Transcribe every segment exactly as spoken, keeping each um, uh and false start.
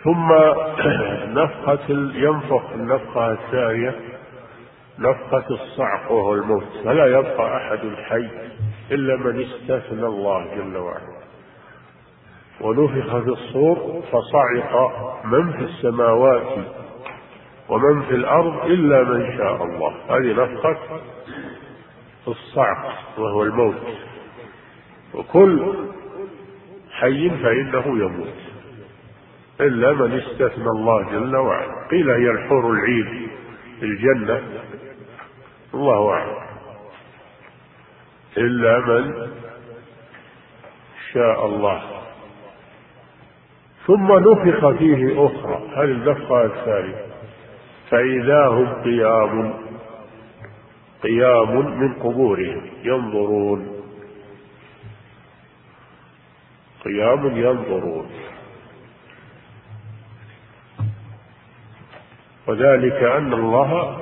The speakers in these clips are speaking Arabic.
ثم نفخة ينفخ النفخة الثانية نفخة الصعق وهو الموت، فلا يبقى أحد حي إلا من استثنى الله جل وعلا. ونفخ في الصور فصعق من في السماوات ومن في الأرض إلا من شاء الله. هذه نفخة الصعق وهو الموت، وكل حي فإنه يموت إلا من استثنى الله جل وعلا. قيل هي الحور العين في الجنة، الله أعلم، إلا من شاء الله. ثم نفخ فيه أخرى، هذه النفخة الثانية، فإذا هم قيام قيام من قبورهم ينظرون، قيام ينظرون. وذلك أن الله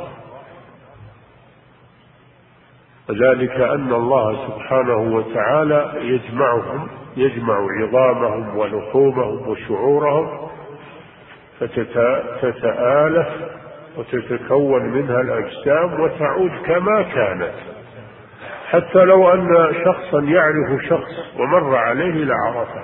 وذلك أن الله سبحانه وتعالى يجمعهم يجمع عظامهم ولحومهم وشعورهم فتتآلف وتتكون منها الأجسام وتعود كما كانت، حتى لو أن شخصا يعرف شخص ومر عليه لعرفه،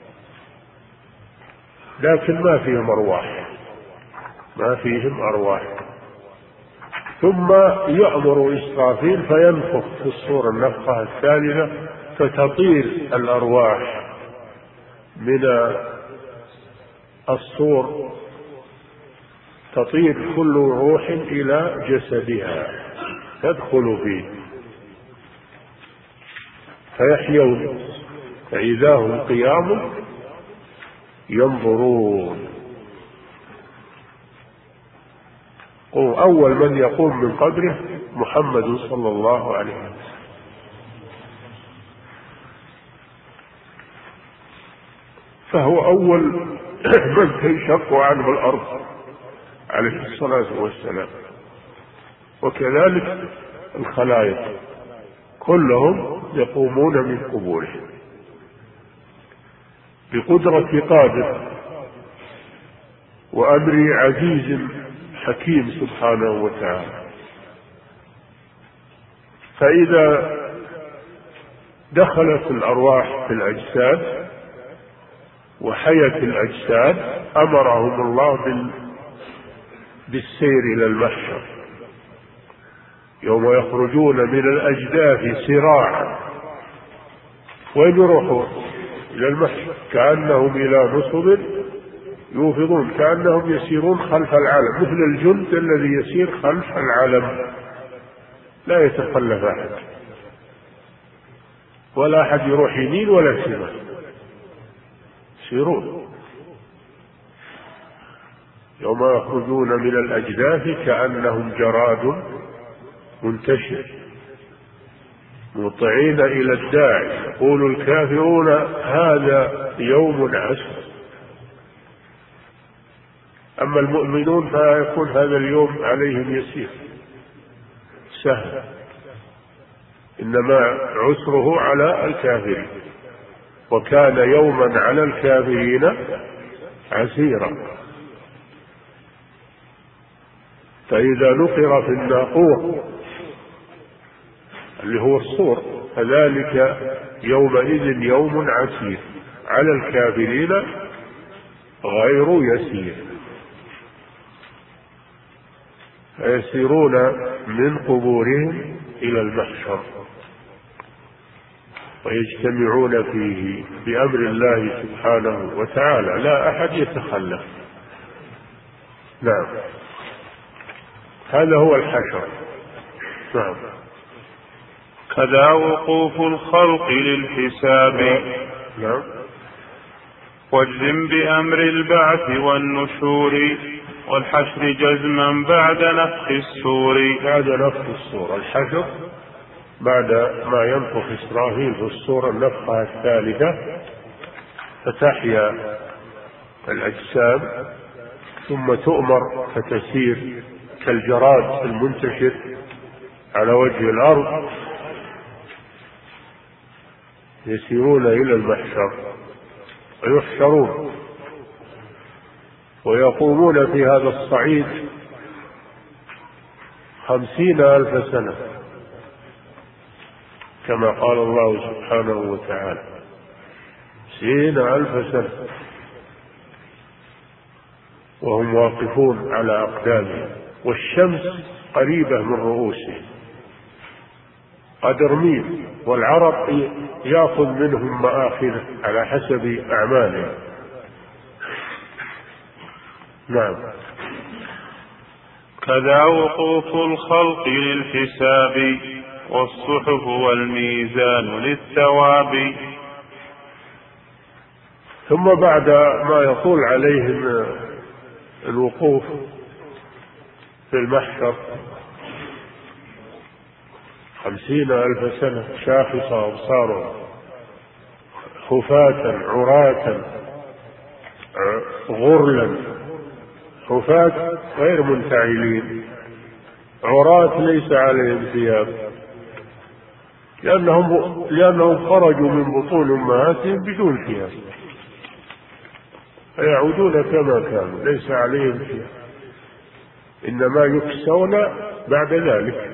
لكن ما فيهم أرواح ما فيهم أرواح. ثم يأمر إسرافيل فينفخ في الصور النفخة الثالثة فتطير الأرواح من الصور، تطير كل روح إلى جسدها تدخل فيه فيحيون، فإذا هم قيام ينظرون. أول من يقوم من قبره محمد صلى الله عليه وسلم، فهو أول من تنشق عنه الأرض عليه الصلاة والسلام. وكذلك الخلائق كلهم يقومون من قبورهم بقدرة قادر وأمر عزيز حكيم سبحانه وتعالى. فإذا دخلت الأرواح في الأجساد وحيت الأجساد أمرهم الله بالسير إلى المحشر، يوم يخرجون من الأجداث سراعا. وين يروحون؟ إلى المحشر، كأنهم إلى نصب يوفضون، كأنهم يسيرون خلف العلم، مثل الجند الذي يسير خلف العلم لا يتخلف أحد، ولا أحد يروح يمين ولا شمال، يسيرون. يوم يخرجون من الأجداث كأنهم جراد منتشر مطيعين إلى الداعي، يقول الكافرون هذا يوم عسر. أما المؤمنون فيكون هذا اليوم عليهم يسير سهل، إنما عسره على الكافرين، وكان يوما على الكافرين عسيرا. فإذا نقر في الناقور اللي هو الصور فذلك يومئذ يوم عسير على الكافرين غير يسير، فيسيرون من قبورهم إلى المحشر ويجتمعون فيه بأمر الله سبحانه وتعالى، لا أحد يتخلف. نعم، هذا هو الحشر. نعم. كذا وقوف الخلق للحساب. نعم. واجزم بأمر البعث والنشور والحشر جزما بعد نفخ الصور. بعد نفخ الصور الحشر، بعد ما ينفخ إسرافيل في الصور النفخة الثالثة فتحيا الأجسام ثم تؤمر فتسير كالجراد المنتشر على وجه الأرض، يسيرون إلى المحشر ويحشرون ويقومون في هذا الصعيد خمسين ألف سنة كما قال الله سبحانه وتعالى، خمسين ألف سنة وهم واقفون على أقدامهم، والشمس قريبة من رؤوسهم قدر ميل، والعرق يأخذ منهم مآخذ على حسب أعمالهم. نعم. كذا وقوف الخلق للحساب والصحف والميزان للثواب. ثم بعد ما يطول عليهم الوقوف في المحشر خمسين ألف سنة شاخصة أبصارهم خفاة عراة غرلا، خفاة غير منتعلين، عراة ليس عليهم ثياب لأنهم, لأنهم خرجوا من بطون أمهاتهم بدون ثياب، فيعودون كما كانوا ليس عليهم ثياب، إنما يكسون بعد ذلك.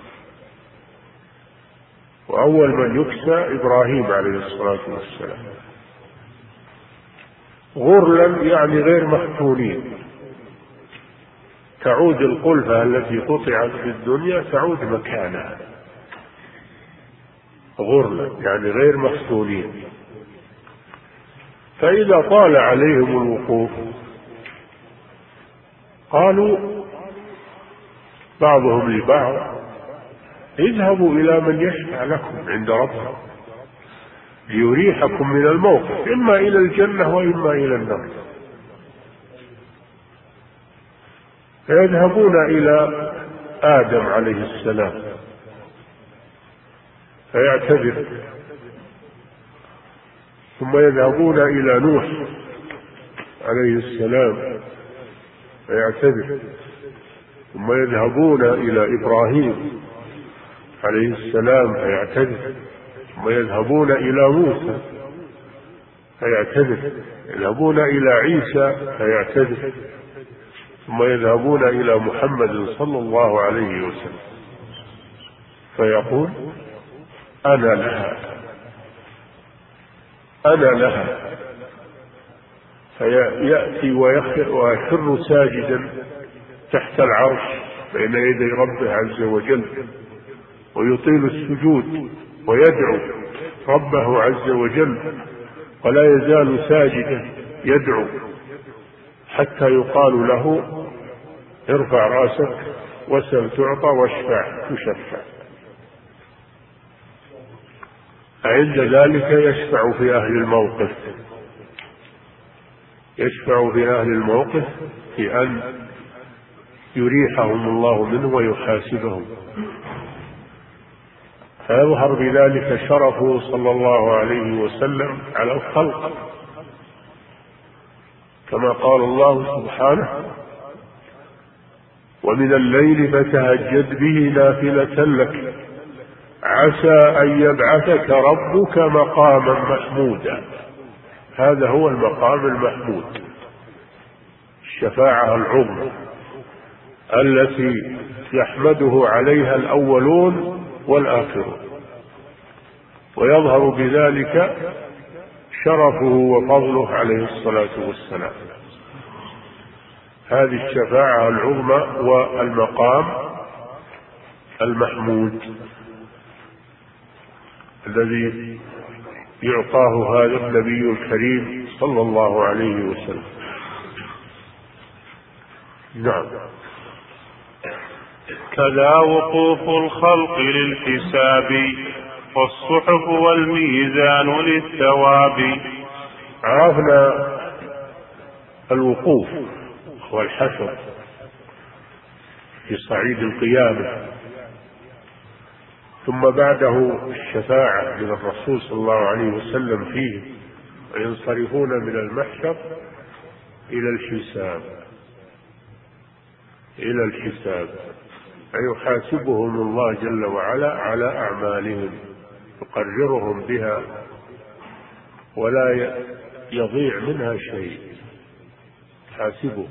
وأول من يكسى إبراهيم عليه الصلاة والسلام. غرلا يعني غير مختونين، تعود القلفة التي قطعت في الدنيا تعود مكانها. غرلا يعني غير مختونين. فإذا طال عليهم الوقوف قالوا بعضهم لبعض اذهبوا إلى من يشفع لكم عند ربكم ليريحكم من الموقف، إما إلى الجنة وإما إلى النار. فيذهبون إلى آدم عليه السلام فيعتذر، ثم يذهبون إلى نوح عليه السلام فيعتذر، ثم يذهبون إلى إبراهيم عليه السلام فيعتذر، ثم يذهبون إلى موسى فيعتذر، يذهبون إلى عيسى فيعتذر، ثم يذهبون إلى محمد صلى الله عليه وسلم فيقول أنا لها أنا لها، فيأتي ويخر ساجدا تحت العرش بين يدي ربه عز وجل، ويطيل السجود ويدعو ربه عز وجل، ولا يزال ساجدا يدعو حتى يقال له ارفع راسك وسل تعطى واشفع تشفع. عند ذلك يشفع في أهل الموقف، يشفع في أهل الموقف في أن يريحهم الله منه ويحاسبهم، فيظهر بذلك شرفه صلى الله عليه وسلم على الخلق، كما قال الله سبحانه ومن الليل فتهجد به نافلة لك عسى أن يبعثك ربك مقاما محمودا. هذا هو المقام المحمود، الشفاعة العظمى التي يحمده عليها الأولون والآخرون، ويظهر بذلك شرفه وفضله عليه الصلاة والسلام. هذه الشفاعة العظمى والمقام المحمود الذي يعطاه هذا النبي الكريم صلى الله عليه وسلم. نعم. كذا وقوف الخلق للحساب والصحف والميزان للثواب. عرفنا الوقوف والحشر في صعيد القيامة، ثم بعده الشفاعة من الرسول صلى الله عليه وسلم فيه، وينصرفون من المحشر إلى الحساب إلى الحساب فيحاسبهم الله جل وعلا على أعمالهم، يقررهم بها ولا يضيع منها شيء حاسبه.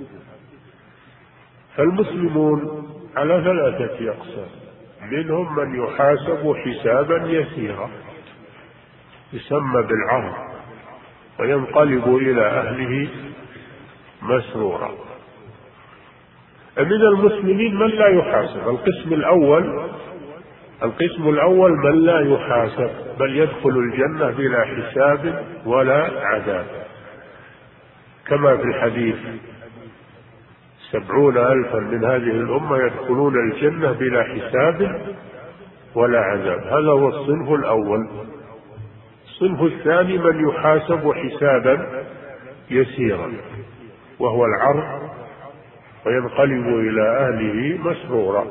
فالمسلمون على ثلاثة أقسام: منهم من يحاسب حسابا يسيرا يسمى بالعرض وينقلب إلى أهله مسرورا. من المسلمين من لا يحاسب. القسم الأول القسم الأول من لا يحاسب بل يدخل الجنة بلا حساب ولا عذاب، كما في الحديث: سبعون ألفا من هذه الأمة يدخلون الجنة بلا حساب ولا عذاب. هذا هو الصنف الأول. الصنف الثاني من يحاسب حسابا يسيرا وهو العرض وينقلب إلى أهله مسرورا.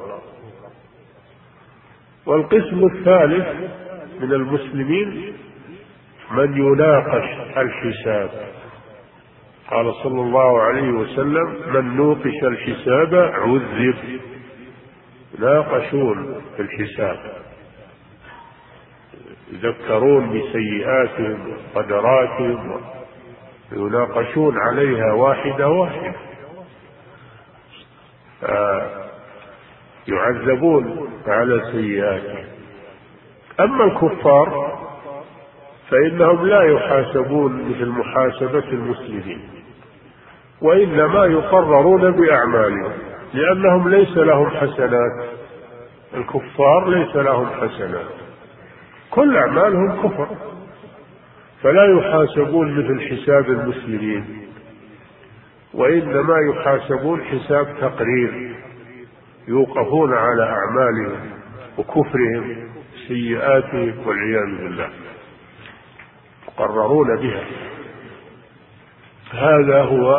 والقسم الثالث من المسلمين من يناقش الحساب. قال صلى الله عليه وسلم: من نوقش الحساب عذب. يناقشون في الحساب، يذكرون بسيئاتهم وقدراتهم، يناقشون عليها واحدة واحدة، يعذبون على سيئاتهم. أما الكفار فإنهم لا يحاسبون مثل محاسبة المسلمين، وإنما يقررون بأعمالهم، لأنهم ليس لهم حسنات. الكفار ليس لهم حسنات، كل أعمالهم كفر، فلا يحاسبون مثل حساب المسلمين، وإنما يحاسبون حساب تقرير، يوقفون على أعمالهم وكفرهم سيئاتهم والعياذ بالله، يقررون بها. هذا هو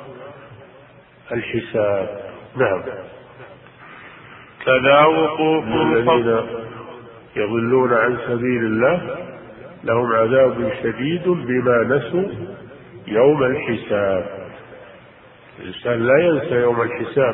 الحساب. نعم. كذا وقوف الذين يضلون عن سبيل الله لهم عذاب شديد بما نسوا يوم الحساب. الإنسان لا ينسى يوم الحساب،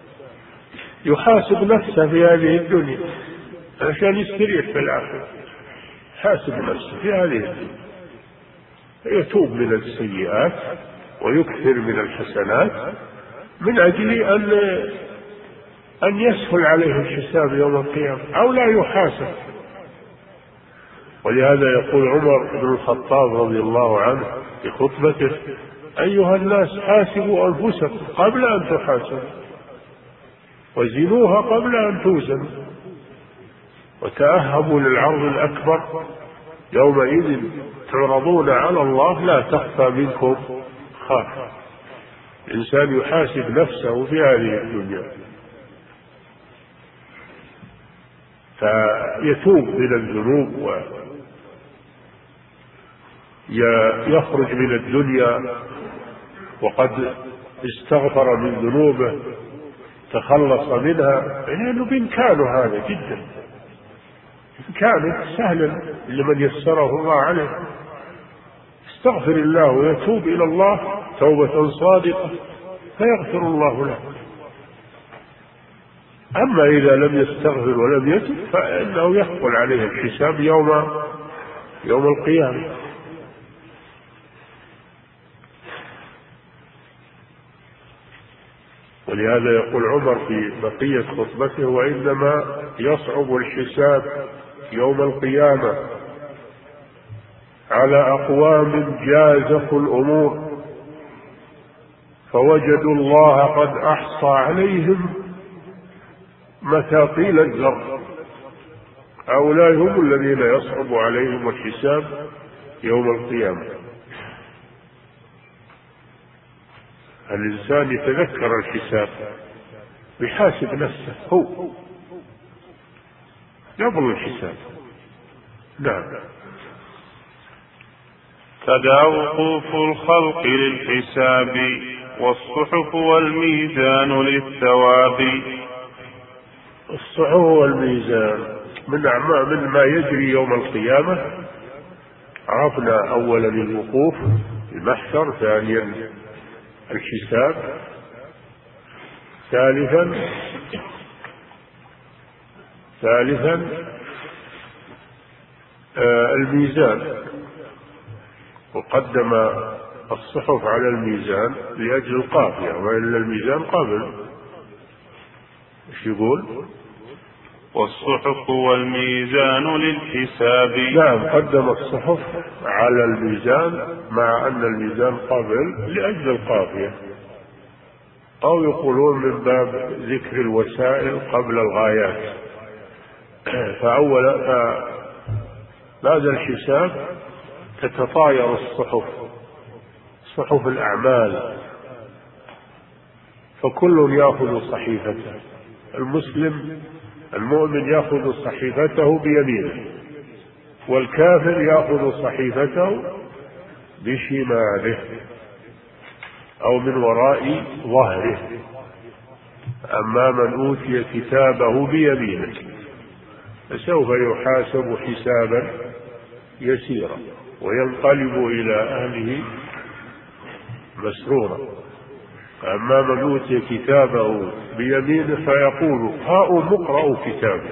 يحاسب نفسه في هذه الدنيا عشان يستريح في الآخرة. حاسب نفسه في هذه الدنيا، يتوب من السيئات ويكثر من الحسنات من أجل أن أن يسهل عليه الحساب يوم القيامة، أو لا يحاسب. ولهذا يقول عمر بن الخطاب رضي الله عنه في خطبته: أيها الناس حاسبوا أنفسكم قبل أن تحاسبوا، وزنوها قبل أن توزنوا، وتأهبوا للعرض الأكبر يومئذ تعرضون على الله لا تخفى منكم خافة. الإنسان يحاسب نفسه في هذه الدنيا، فيتوب من الذنوب ويخرج من الدنيا وقد استغفر من ذنوبه تخلص منها، لأنه بإمكانه هذا جدا، كانت سهلا لمن يسره الله عليه. استغفر الله ويتوب إلى الله توبة صادقة فيغفر الله له. أما إذا لم يستغفر ولم يتوب فإنه يثقل عليه الحساب يوم يوم القيامة. ولهذا يقول عمر في بقية خطبته: وإنما يصعب الحساب يوم القيامة على أقوام جازفوا الأمور فوجدوا الله قد أحصى عليهم مثاقيل الذر. هؤلاء هم الذين يصعب عليهم الحساب يوم القيامة. الإنسان يتذكر الحساب ويحاسب نفسه هو قبل الحساب. نعم. كذا وقوف الخلق للحساب والصحف والميزان للثواب. الصحف والميزان من أعمال من ما يجري يوم القيامة. عرفنا أولا الوقوف المحشر، ثانيا الحساب، ثالثا ثالثا آه الميزان. وقدم الصحف على الميزان لأجل القافية، وإلا الميزان قبل. ايش يقول؟ والصحف والميزان للحساب. نعم، قدم الصحف على الميزان مع أن الميزان قبل لأجل القافية، أو يقولون من باب ذكر الوسائل قبل الغايات. فأولا بعد الحساب تتطاير الصحف، صحف الأعمال، فكل يأخذ صحيفته. المسلم المؤمن يأخذ صحيفته بيمينه، والكافر يأخذ صحيفته بشماله أو من وراء ظهره. أما من أوتي كتابه بيمينه فسوف يحاسب حسابا يسيرا وينقلب إلى أهله مسرورا. أما من أوتي كتابه بيمينه فيقول هاؤم اقرأوا كتابه،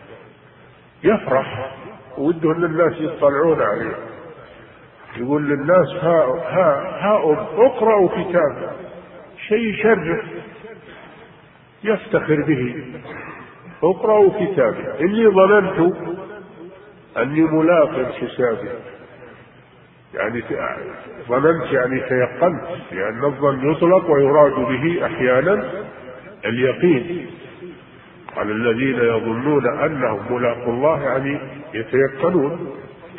يفرح وده أن الناس يطلعون عليه، يقول للناس هاؤم اقرأوا كتابه، شيء يشرف يفتخر به. اقرأوا كتابه إني ظننت أني ملاق حسابي، يعني ظننت يعني تيقنت، لأن الظن يطلق ويراد به أحيانا اليقين. على الذين يظنون أنهم ملاقوا الله يعني يتيقنون،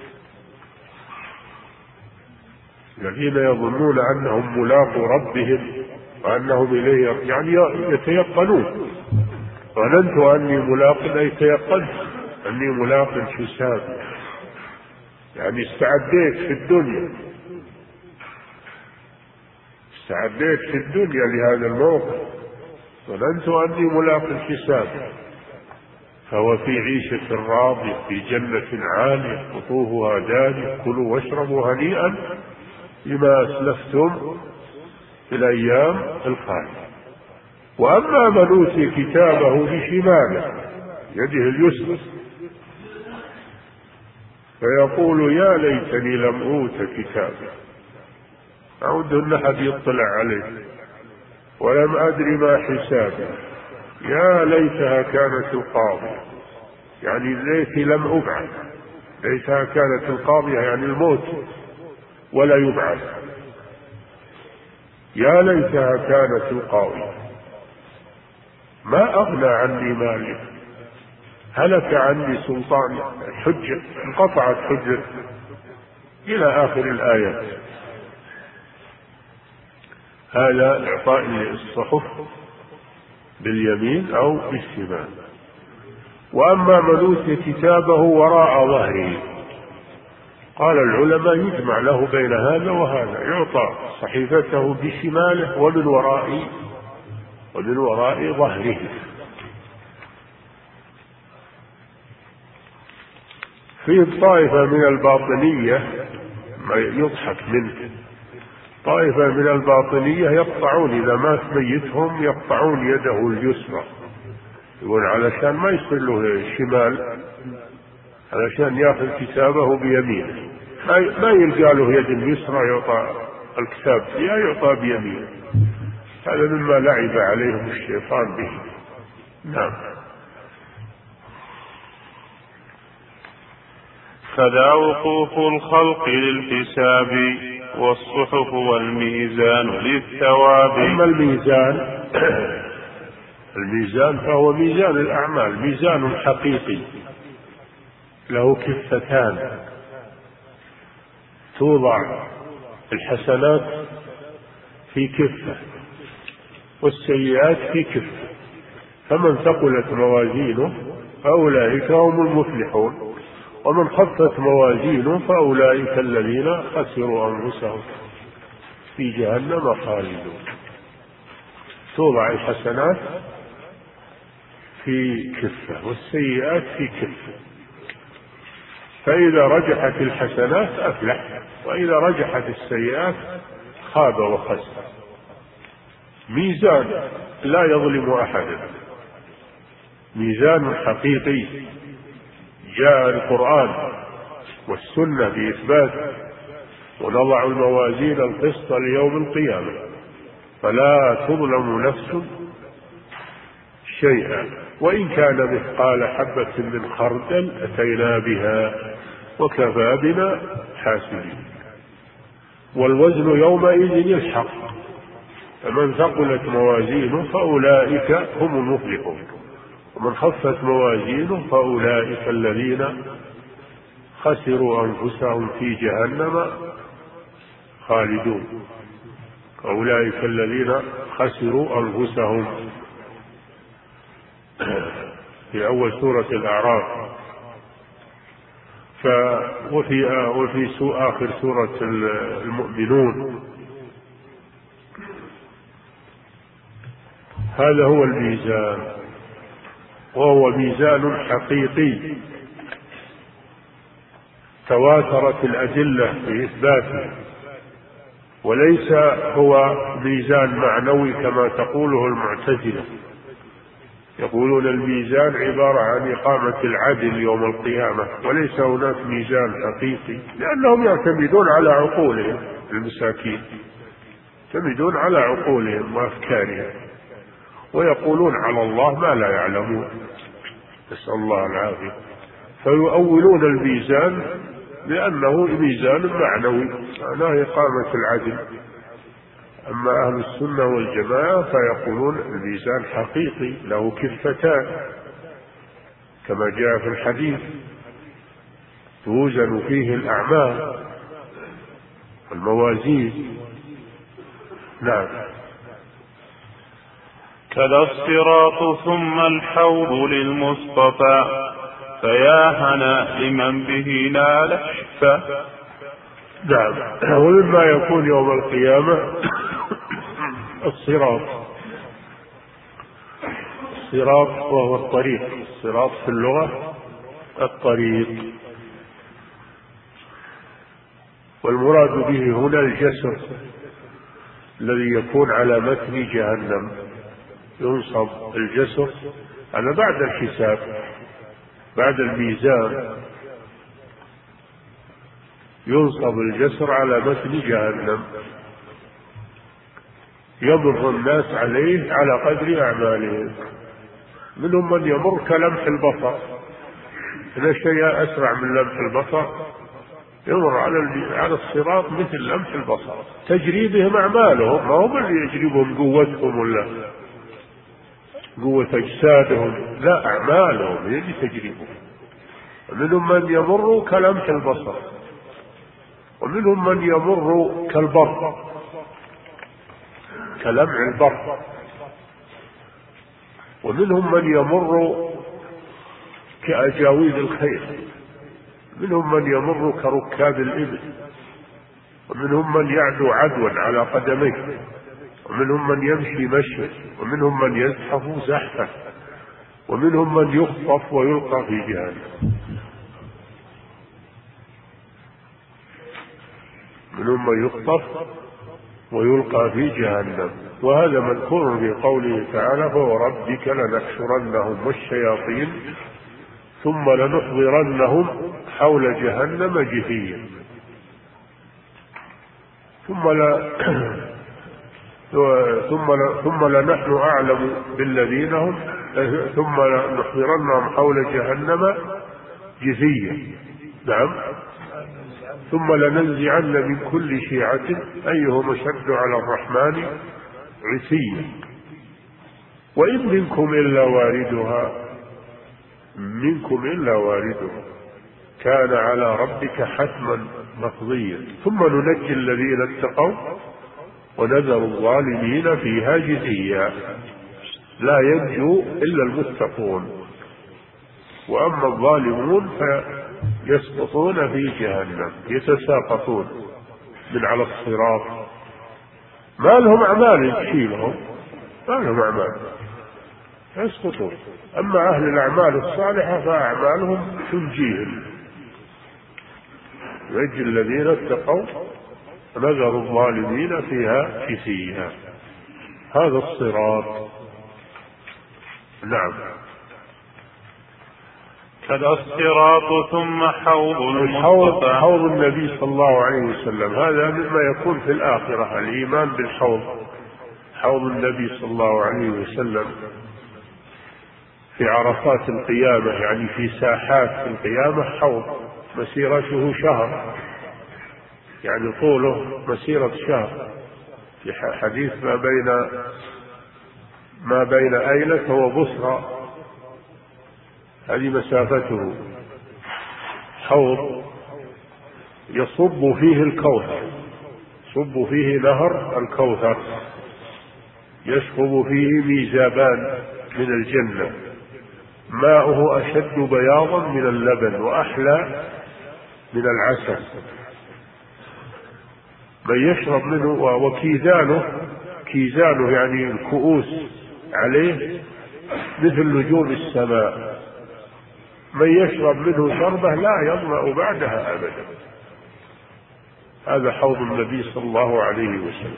الذين يظنون أنهم ملاقوا ربهم وأنهم إليه يعني يتيقنون. ظننت أني ملاق أي تيقنت أني ملاق حسابي، يعني استعديت في الدنيا استعديت في الدنيا لهذا الموقف. ظننت أني ملاق الحساب، فهو في عيشة راضية في جنة عالية قطوفها دانية كلوا واشربوا هنيئا بما أسلفتم في الأيام الخالية. وأما من أوتي كتابه بشماله يده اليسرى فيقول يا ليتني لم أوت كتابي، أود أن أحد يطلع عليه، ولم أدر ما حسابي، يا ليتها كانت القاضية، يعني ليتي لم أبعث، ليتها كانت القاضية يعني الموت ولا يبعث، يا ليتها كانت القاضية ما أغنى عني مالي، هلك عني سلطاني، حجة انقطعت حجة، إلى آخر الآيات. هذا إعطاء الصحف باليمين أو بالشمال. وأما من أوتي كتابه وراء ظهره، قال العلماء يجمع له بين هذا وهذا، يعطى صحيفته بشماله ومن وراء ومن وراء ظهره. في طائفة من الباطنية ما يضحك منه، طائفة من الباطنية يقطعون إذا مات ميتهم يقطعون يده اليسرى، يقول علشان ما يصير له الشمال، علشان ياخذ كتابه بيمينه، ما يلقى له يد اليسرى يعطى الكتاب فيها، يعطى بيمينه. هذا مما لعب عليهم الشيطان به. نعم. كذا وقوف الخلق للحساب والصحف والميزان للثواب. أما الميزان الميزان فهو ميزان الأعمال، ميزان حقيقي له كفتان، توضع الحسنات في كفة والسيئات في كفة، فمن ثقلت موازينه فأولئك هم المفلحون، ومن خفت موازينه فأولئك الذين خسروا أنفسهم في جهنم خالدون. توضع الحسنات في كفة والسيئات في كفة، فإذا رجحت الحسنات أفلح، وإذا رجحت السيئات خاب وخسر. ميزان لا يظلم أحدا، ميزان حقيقي جاء القرآن والسنة بإثبات ونضع الموازين القسط ليوم القيامة فلا تظلم نفس شيئا وإن كان مثقال حبة من خردل أتينا بها وكفى بنا حاسبين. والوزن يومئذ الحق فمن ثقلت موازينه فأولئك هم المفلحون ومن خفت موازينه فأولئك الذين خسروا أنفسهم في جهنم خالدون. أولئك الذين خسروا أنفسهم في أول سورة الأعراف. ف وفي وفي آخر سورة المؤمنون. هذا هو الميزان وهو ميزان حقيقي تواترت الأدلة في إثباته وليس هو ميزان معنوي كما تقوله المعتزلة. يقولون الميزان عبارة عن إقامة العدل يوم القيامة وليس هناك ميزان حقيقي لأنهم يعتمدون على عقولهم المساكين يعتمدون على عقولهم وأفكارهم ويقولون على الله ما لا يعلمون نسأل الله العافية. فيؤولون الميزان لأنه ميزان معنوي معناه إقامة العدل. أما أهل السنة والجماعة فيقولون الميزان حقيقي له كفتان كما جاء في الحديث توزن فيه الأعمال والموازين. نعم. كذا الصراط ثم الحوض للمصطفى فيا هنا لمن به نال الشفاء. نعم. ومما يكون يوم القيامة الصراط الصراط وهو الطريق. الصراط في اللغة الطريق والمراد به هنا الجسر الذي يكون على متن جهنم. ينصب الجسر على بعد الحساب بعد الميزان ينصب الجسر على متن جهنم يمر الناس عليه على قدر أعمالهم. منهم من يمر كلمح البصر إذا شيء أسرع من لمح البصر يمر على على الصراط مثل لمح البصر تجري بهم أعمالهم ما هم اللي يجربهم قوتهم ولا قوة أجسادهم لا أعمالهم هي اللي تجربهم. ومنهم من يمر كلمح البصر ومنهم من يمر كالبر كلمع البر ومنهم من يمر كأجاويد الخيل منهم من يمر كركاب الإبل ومنهم من يعدو عدوا على قدميه ومنهم من يمشي مشيا ومنهم من يزحف زحفا ومنهم من يخطف ويلقى في جهنم. منهم من يخطف ويلقى في جهنم. وهذا مذكور في قوله تعالى فوربك لنحشرنهم والشياطين ثم لنحضرنهم حول جهنم جثيا ثم لا ثم لا ثم لنحن أعلم بالذين هم ثم لنحضرنهم حول جهنم جثيا. نعم. ثم لننزعن من كل شيعة أيهم أشد على الرحمن عتيا وإن منكم إلا واردها منكم إلا واردها كان على ربك حتما مقضيا ثم ننجي الذين اتقوا ونذر الظالمين فيها جثيا. لا ينجو إلا المتقون وأما الظالمون فيسقطون في جهنم يتساقطون من على الصراط ما لهم أعمال تشيلهم ما لهم أعمال يسقطون. أما أهل الأعمال الصالحة فأعمالهم تنجيهم ينجي الذين اتقوا ونذر الظالمين فيها جثيا. هذا الصراط. نعم. كذا الصراط ثم حوض المصطفى. حوض النبي صلى الله عليه وسلم هذا مما يكون في الآخرة، الإيمان بالحوض، حوض النبي صلى الله عليه وسلم في عرفات القيامة، يعني في ساحات القيامة حوض مسيرته شهر، يعني طوله مسيرة شهر، في حديث ما بين ما بين أيلة وبصرى، هذه مسافته. حوض يصب فيه الكوثر، يصب فيه نهر الكوثر، يشرب فيه ميزابان من الجنة، ماؤه أشد بياضا من اللبن وأحلى من العسل، من يشرب منه. وكيزانه، كيزانه يعني الكؤوس عليه مثل نجوم السماء، من يشرب منه شربة لا يظمأ بعدها أبدا. هذا حوض النبي صلى الله عليه وسلم.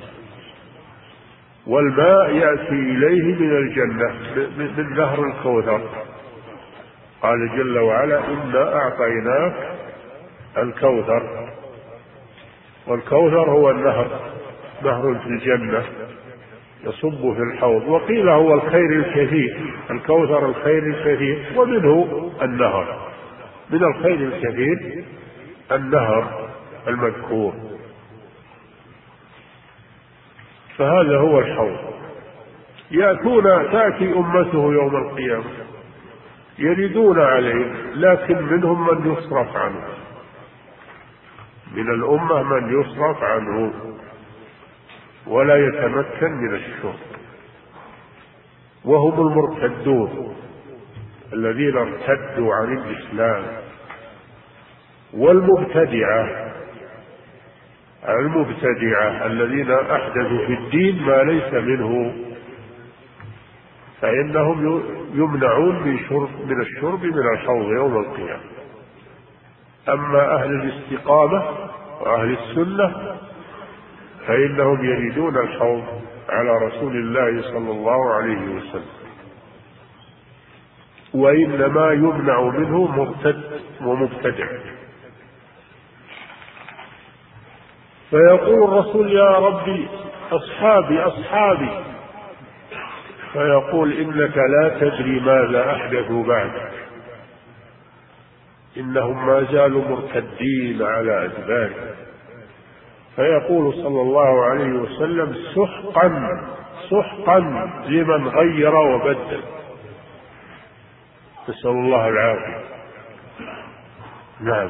والماء يأتي إليه من الجنة من نهر الكوثر، قال جل وعلا إنا أعطيناك الكوثر، والكوثر هو النهر، نهر في الجنة يصب في الحوض. وقيل هو الخير الكثير، الكوثر الخير الكثير، ومنه النهر، من الخير الكثير النهر المذكور. فهذا هو الحوض. يأتون تأتي أمته يوم القيامة يردون عليه، لكن منهم من يصرف عنه، من الأمة من يصرف عنه ولا يتمكن من الشرب، وهم المرتدون الذين ارتدوا عن الإسلام، والمبتدعة، المبتدعة الذين أحدثوا في الدين ما ليس منه، فإنهم يمنعون من شرب من الشرب من الحوض يوم القيامة. أما أهل الاستقامة وأهل السنة فإنهم يريدون الحوض على رسول الله صلى الله عليه وسلم، وإنما يمنع منه مرتد ومبتدع. فيقول الرسول يا ربي أصحابي أصحابي، فيقول إنك لا تدري ماذا أحدثوا بعدك، إنهم ما زالوا مرتدين على أدبارهم. فيقول صلى الله عليه وسلم سحقا سحقا لمن غير وبدل، نسأل الله العافية. نعم.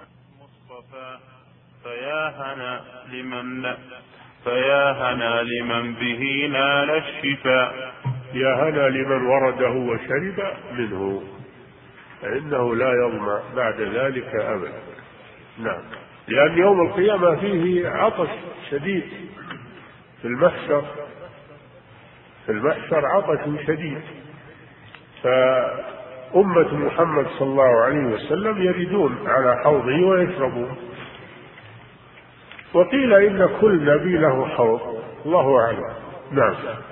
فيا هنا لمن فيا هنا لمن به نال الشفاء، يا هنا لمن ورده وشرب منه، فإنه لا يظمأ بعد ذلك أبدا. نعم. لأن يوم القيامة فيه عطش شديد، في المحشر في المحشر عطش شديد، فأمة محمد صلى الله عليه وسلم يردون على حوضه ويشربون. وقيل إن كل نبي له حوض، الله أعلم. نعم.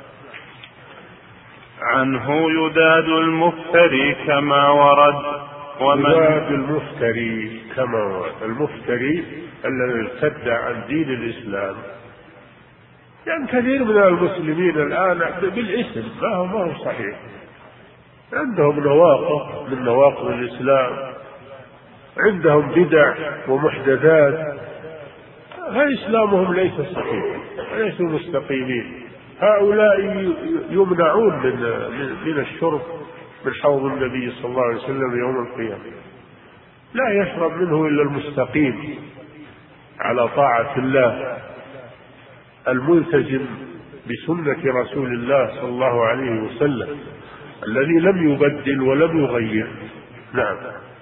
عنه يداد المفتري كما ورد، ومن يداد المفتري كما ورد، المفتري الذي ارتد عن دين الإسلام. يعني كثير من المسلمين الآن بالاسم ما هو ما هو صحيح، عندهم نواقض من نواقض الإسلام، عندهم بدع ومحدثات، فإسلامهم ليس صحيح، ليسوا مستقيمين. هؤلاء يمنعون من من الشرب من حوض النبي صلى الله عليه وسلم يوم القيامة، لا يشرب منه إلا المستقيم على طاعة الله الملتزم بسنة رسول الله صلى الله عليه وسلم الذي لم يبدل ولم يغير. نعم.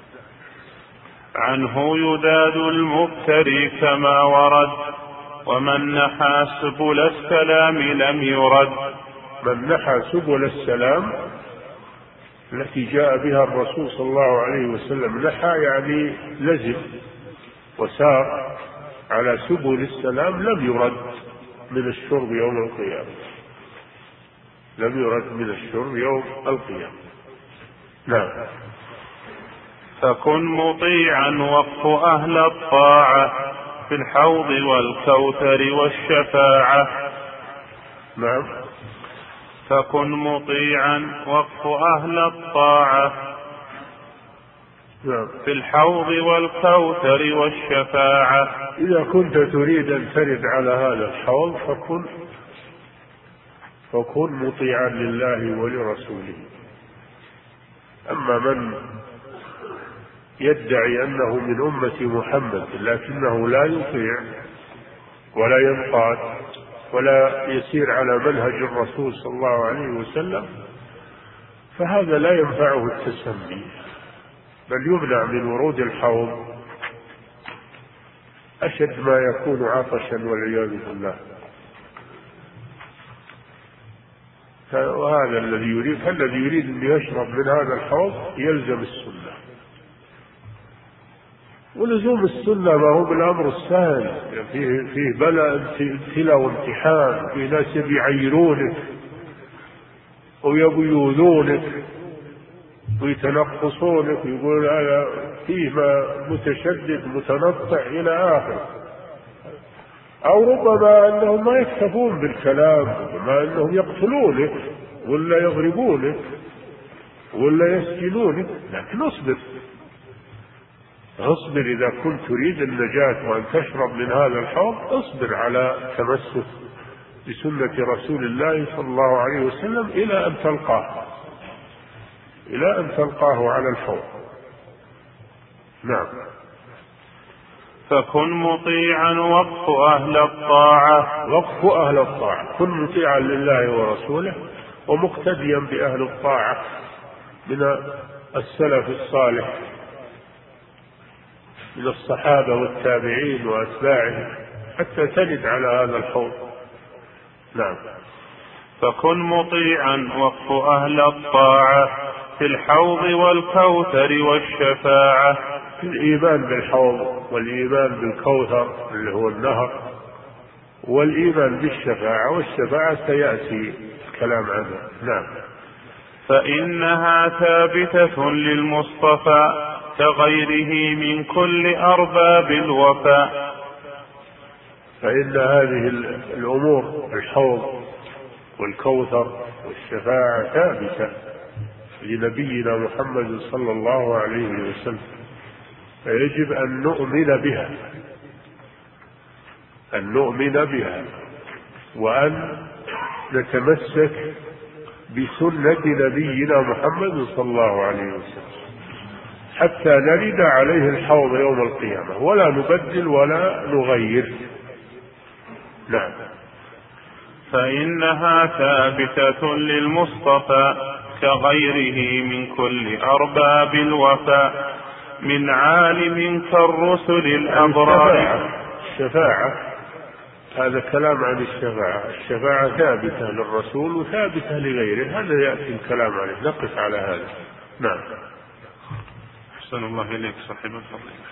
عنه يداد المفتري كما ورد، ومن نحى سبل السلام لم يرد. من نحى سبل السلام التي جاء بها الرسول صلى الله عليه وسلم، نحى يعني لزم وسار على سبل السلام، لم يرد من الشرب يوم القيامة، لم يرد من الشرب يوم القيامة. نعم. فكن مطيعا وقف أهل الطاعة في الحوض والكوثر والشفاعة. نعم. فكن مطيعا وقف أهل الطاعة نعم. في الحوض والكوثر والشفاعة. إذا كنت تريد أن ترد على هذا الحوض فكن فكن مطيعا لله ولرسوله. أما من يدعي أنه من أمة محمد لكنه لا يطيع ولا ينقاد ولا يسير على منهج الرسول صلى الله عليه وسلم فهذا لا ينفعه التسمي، بل يمنع من ورود الحوض أشد ما يكون عطشا والعياذ بالله. وهذا الذي يريد فالذي يريد أن يشرب من هذا الحوض يلزم السنة، ولزوم السنة ما هو بالأمر السهل، فيه, فيه بلاء ابتلاء وامتحان، فيه ناس يعيرونك ويبيوذونك ويتنقصونك ويقول هذا فيه ما متشدد متنطع إلى آخر، أو ربما أنهم ما يكتفون بالكلام، ربما أنهم يقتلونك ولا يضربونك ولا يسجنونك، لكن اصبر اصبر إذا كنت تريد النجاة وأن تشرب من هذا الحوض اصبر على تمسك بسنة رسول الله صلى الله عليه وسلم إلى أن تلقاه إلى أن تلقاه على الحوض. نعم. فكن مطيعا وقف أهل الطاعة. وقف أهل الطاعة، كن مطيعا لله ورسوله ومقتديا بأهل الطاعة من السلف الصالح من الصحابة والتابعين وأتباعهم حتى تجد على هذا الحوض. نعم. فكن مطيعا وقف أهل الطاعة في الحوض والكوثر والشفاعة. في الإيمان بالحوض والإيمان بالكوثر اللي هو النهر والإيمان بالشفاعة، والشفاعة سيأتي الكلام عنها. نعم. فإنها ثابتة للمصطفى كغيره من كل أرباب الوفاء. فإن هذه الأمور الحوض والكوثر والشفاعة ثابتة لنبينا محمد صلى الله عليه وسلم، فيجب أن نؤمن بها أن نؤمن بها وأن نتمسك بسنة نبينا محمد صلى الله عليه وسلم حتى نرد عليه الحوض يوم القيامة ولا نبدل ولا نغير. نعم. فإنها ثابتة للمصطفى كغيره من كل أرباب الوفاء من عالم كالرسل الأبرار. الشفاعة هذا كلام عن الشفاعة، الشفاعة ثابتة للرسول وثابتة لغيره، هذا يأتي الكلام عليه، نقف على هذا. نعم. أحسن الله إليك صاحب الفضيلة.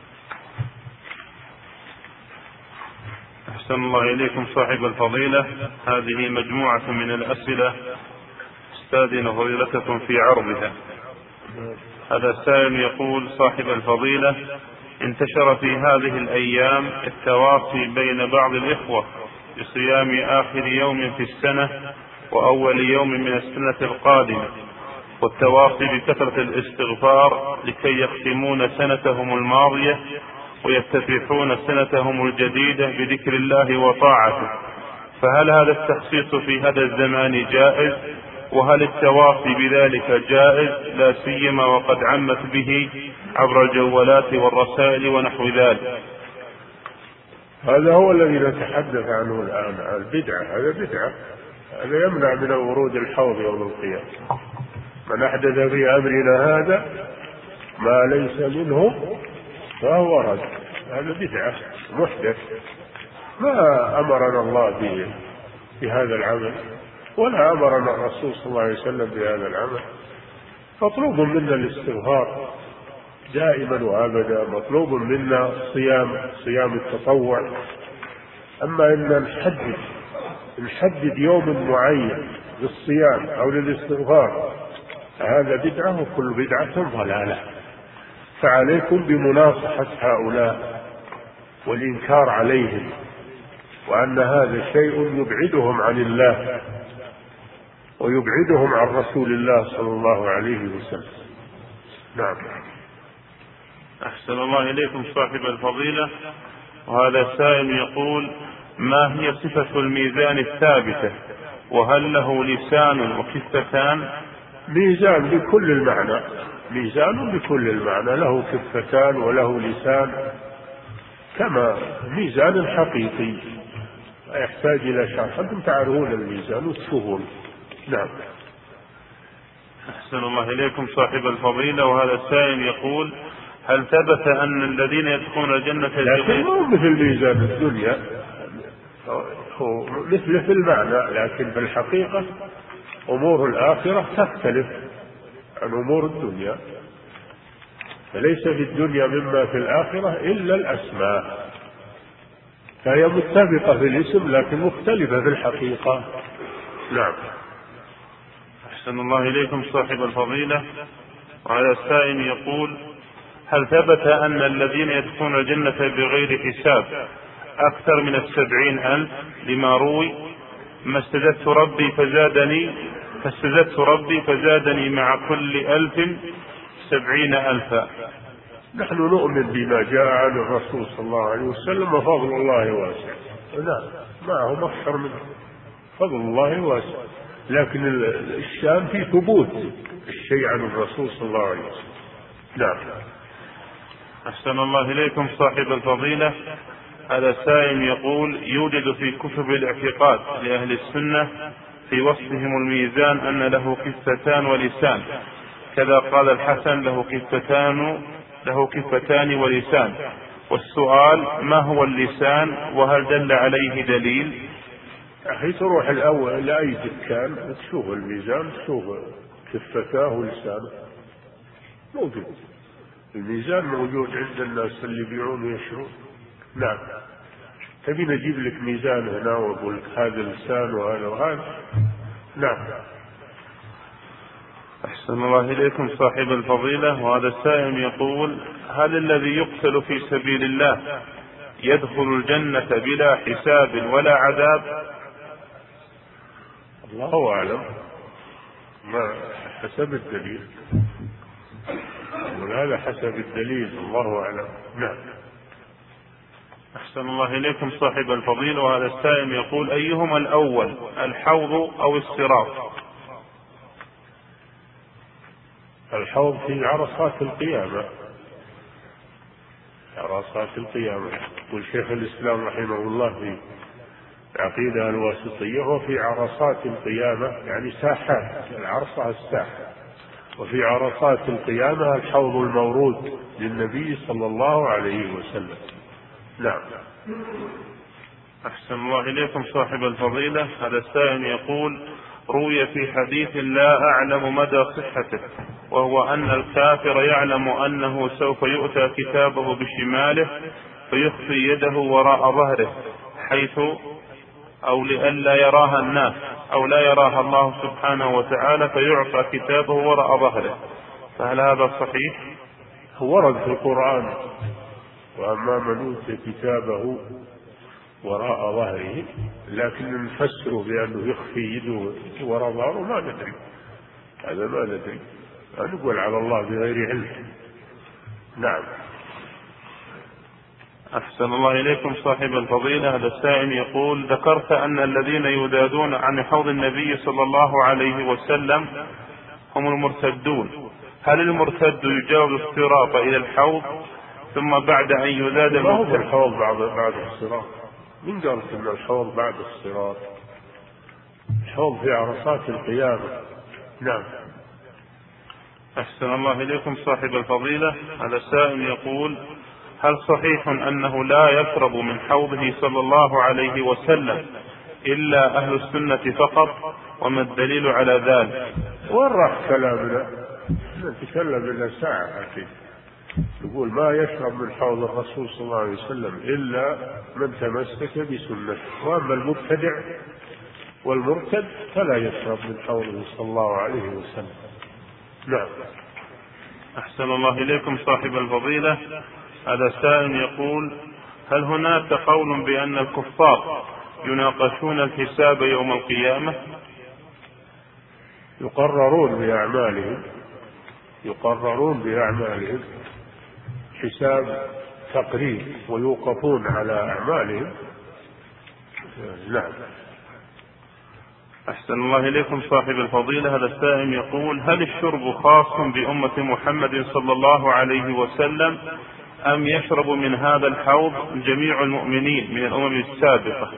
أحسن الله إليكم صاحب الفضيلة. هذه مجموعة من الأسئلة استاذن فضيلتكم في عرضها. هذا السائل يقول: صاحب الفضيلة، انتشر في هذه الأيام التواصي بين بعض الإخوة بصيام آخر يوم في السنة وأول يوم من السنة القادمة، والتواصي بكثرة الاستغفار لكي يختمون سنتهم الماضية ويفتتحون سنتهم الجديدة بذكر الله وطاعته، فهل هذا التخصيص في هذا الزمان جائز؟ وهل التواصي بذلك جائز لا سيما وقد عمت به عبر الجوالات والرسائل ونحو ذلك؟ هذا هو الذي نتحدث عنه الآن، البدعة. هذا بدعة، هذا يمنع من ورود الحوض يوم القيامة. من أحدث في أمرنا هذا ما ليس منه فهو رد. هذا بدعة محدث ما أمرنا الله به بهذا العمل ولا أمرنا الرسول صلى الله عليه وسلم بهذا العمل. مطلوب منا الاستغفار دائما وأبدا، مطلوب منا الصيام، صيام التطوع. أما إن نحدد نحدد يوم معين للصيام أو للاستغفار هذا بدعة، وكل بدعة ضلالة. فعليكم بمناصحة هؤلاء والإنكار عليهم، وأن هذا شيء يبعدهم عن الله ويبعدهم عن رسول الله صلى الله عليه وسلم. نعم. أحسن الله إليكم صاحب الفضيلة، وهذا سائل يقول: ما هي صفة الميزان الثابتة، وهل له لسان وكفتان؟ ميزان بكل المعنى، ميزان بكل المعنى، له كفتان وله لسان، كما ميزان حقيقي يحتاج إلى شرح. أنتم تعرفون الميزان وتشوفون. نعم. أحسن الله إليكم صاحب الفضيلة، وهذا السائل يقول: هل ثبت أن الذين يدخلون الجنة لكن مو مثل ميزان الدنيا، هو مثله في المعنى، لكن في الحقيقة أمور الآخرة تختلف عن أمور الدنيا، فليس في الدنيا مما في الآخرة إلا الأسماء، فهي متفقة في الاسم لكن مختلفة في الحقيقة. نعم. أحسن الله إليكم صاحب الفضيلة، وهذا السائل يقول: هل ثبت أن الذين يدخلون الجنة بغير حساب أكثر من السبعين ألف؟ لما روي: ما استزدت ربي فزادني فاستزدت ربي فزادني مع كل ألف سبعين ألفا. نحن نؤمن بما جاء عن الرسول صلى الله عليه وسلم، وفضل الله واسع. لا، معهم أكثر من فضل الله واسع، لكن الشان في ثبوت الشيء عن الرسول صلى الله عليه وسلم. نعم. أحسن الله إليكم صاحب الفضيلة، هذا سائل يقول: يوجد في كتب الاعتقاد لأهل السنة في وصفهم الميزان أن له كفتان ولسان، كذا قال الحسن: له كفتان له كفتان ولسان. والسؤال: ما هو اللسان، وهل دل عليه دليل؟ أخي تروح الأول إلى أي دكان وتشوف الميزان، تشوف كفتاه ولسانه موجود. الميزان موجود عند الناس اللي يبيعون ويشرون. نعم. تبي نجيب لك ميزان هنا وأقول لك هذا لسان وهذا وهذا؟ نعم. أحسن الله إليكم صاحب الفضيلة، وهذا السائل يقول: هل الذي يقتل في سبيل الله يدخل الجنة بلا حساب ولا عذاب؟ الله أعلم، ما حسب الدليل، وهذا حسب الدليل، الله أعلم. نعم. أحسن الله إليكم صاحب الفضيلة، وهذا السائل يقول: أيهما الأول، الحوض أو الصراط؟ الحوض في عرصات القيامة، عرصات القيامة. يقول شيخ الإسلام رحمه الله في العقيدة الواسطية: وفي عرصات القيامة، يعني ساحات، العرصة الساحة، وفي عرصات القيامة الحوض المورود للنبي صلى الله عليه وسلم. نعم. أحسن الله إليكم صاحب الفضيلة، هذا السائل يقول: روي في حديث لا أعلم مدى صحته، وهو أن الكافر يعلم أنه سوف يؤتى كتابه بشماله فيخفي يده وراء ظهره، حيث أو لئلا يراها الناس أو لا يراها الله سبحانه وتعالى، فيعطى كتابه وراء ظهره، فهل هذا صحيح؟ هو ورد في القرآن: وأما من أوتي كتابه وراء ظهره، لكن نفسره بأنه يخفي يده وراء ظهره ما ندري، هذا ما ندري، نقول على الله بغير علم. نعم. أحسن الله إليكم صاحب الفضيلة، هذا السائل يقول: ذكرت أن الذين يدادون عن حوض النبي صلى الله عليه وسلم هم المرتدون، هل المرتد يجاوز الصراط إلى الحوض ثم بعد أن يذاد ما هو المرتد؟ الحوض بعد بعد الصراط؟ من قال أن الحوض بعد الصراط؟ الحوض في عرصات القيامة. نعم. أحسن الله إليكم صاحب الفضيلة، هذا السائل يقول: هل صحيح أنه لا يشرب من حوضه صلى الله عليه وسلم إلا أهل السنة فقط، وما الدليل على ذلك؟ وين راح كلامنا؟ نتكلم لنا ساعة أكيد. يقول ما يشرب من حوض الرسول صلى الله عليه وسلم إلا من تمسك بسنته، وأما المبتدع والمرتد فلا يشرب من حوضه صلى الله عليه وسلم. نعم. أحسن الله إليكم صاحب الفضيلة. هذا سائل يقول: هل هناك قول بأن الكفار يناقشون الحساب يوم القيامة؟ يقررون بأعمالهم يقررون بأعمالهم حساب تقرير، ويوقفون على أعمالهم. نعم. أحسن الله إليكم صاحب الفضيلة. هذا السائل يقول: هل الشرب خاص بأمة محمد صلى الله عليه وسلم أم يشرب من هذا الحوض جميع المؤمنين من الأمم السابقة؟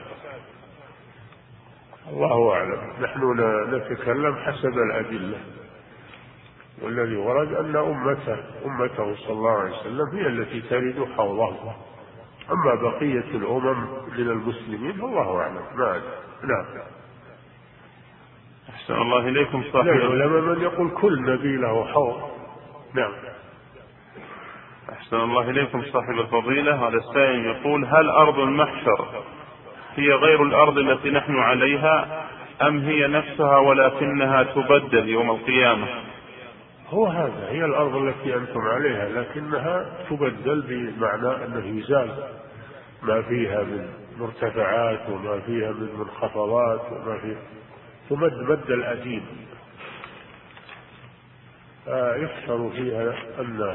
الله أعلم، نحن نتكلم حسب الأدلة، والذي ورد أن أمته أمته صلى الله عليه وسلم هي التي ترد حوضه، أما بقية الأمم من المسلمين الله أعلم. نعم. أحسن الله إليكم صاحب العلماء من يقول كل نبي له حوض. نعم. أحسن الله إليكم صاحب الفضيلة. هذا السائل يقول: هل أرض المحشر هي غير الأرض التي نحن عليها أم هي نفسها ولكنها تبدل يوم القيامة؟ هو هذا، هي الأرض التي أنتم عليها لكنها تبدل بمعنى أنه يزال ما فيها من مرتفعات وما فيها من منخفضات وما فيها تمد الأديم يحشر فيها الناس.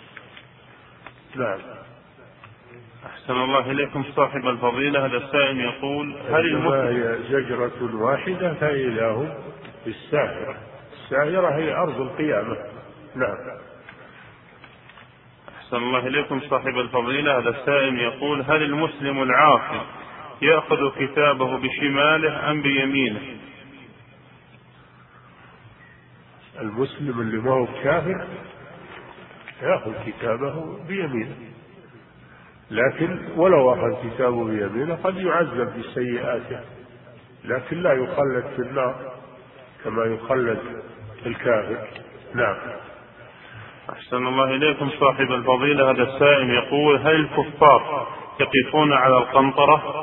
نعم. أحسن الله إليكم صاحب الفضيلة. هذا السائل يقول: هل المسلم هي زجرة واحدة فإذا هم بالساهرة. الساهرة هي أرض القيامة. نعم. أحسن الله إليكم صاحب الفضيلة. هذا السائل يقول: هل المسلم العاصي يأخذ كتابه بشماله أم بيمينه؟ المسلم اللي ما هو كافر يأخذ كتابه بيمينه، لكن ولو أخذ كتابه بيمينه قد يعذب بسيئاته، لكن لا يخلد في النار كما يخلد الكافر. نعم. أحسن الله إليكم صاحب الفضيلة. هذا السائل يقول: هل الكفار يقفون على القنطرة؟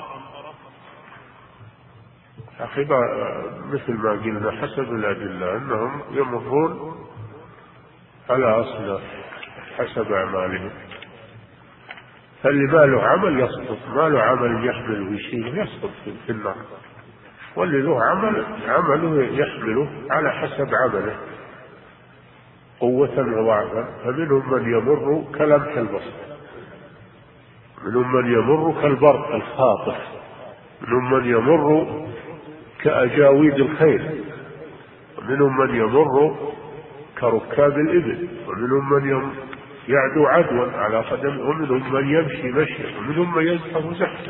أخي مثل ما قلنا حسب الأدلة أنهم يمرون على أصناف حسب أعمالهم، فاللي ما له عمل يسقط، ما له عمل يحمله ويشيله يسقط في النار، واللي له عمل عمله يحمله على حسب عمله قوة وضعفا. فمنهم من يمر كلمح البصر، منهم من يمر كالبرق الخاطف، منهم من يمر كأجاويد الخيل، ومنهم من يمر كركاب الإبل، ومنهم من يعدو عدوا على قدم، ومنهم من يمشي مشيا، ومنهم من يزحف زحفا.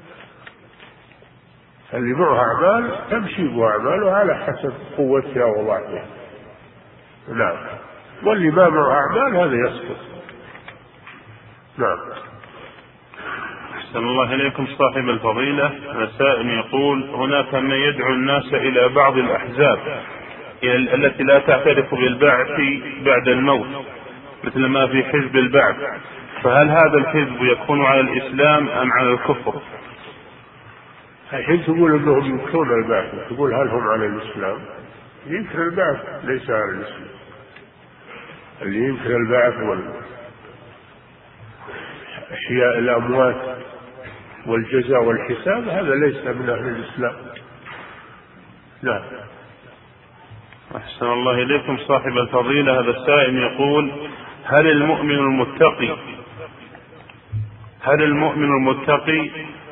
اللي معه أعمال تمشي بأعماله على حسب قوتها وضعفها. نعم. واللي ما معه أعمال هذا يسقط. نعم. أحسن الله إليكم صاحب الفضيلة. السائل يقول: هناك من يدعو الناس إلى بعض الأحزاب التي لا تعترف بالبعث بعد الموت، مثل ما في حزب البعث، فهل هذا الحزب يكون على الإسلام أم على الكفر؟ الحين تقول أنهم ينكرون البعث، تقول هل هم على الإسلام؟ ينكر البعث ليس على الإسلام. اللي ينكر البعث والإحياء الأموات والجزاء والحساب هذا ليس من أهل الإسلام. لا. أحسن الله إليكم صاحب الفضيلة. هذا السائل يقول: هل المؤمن المتقي هل المؤمن المتقي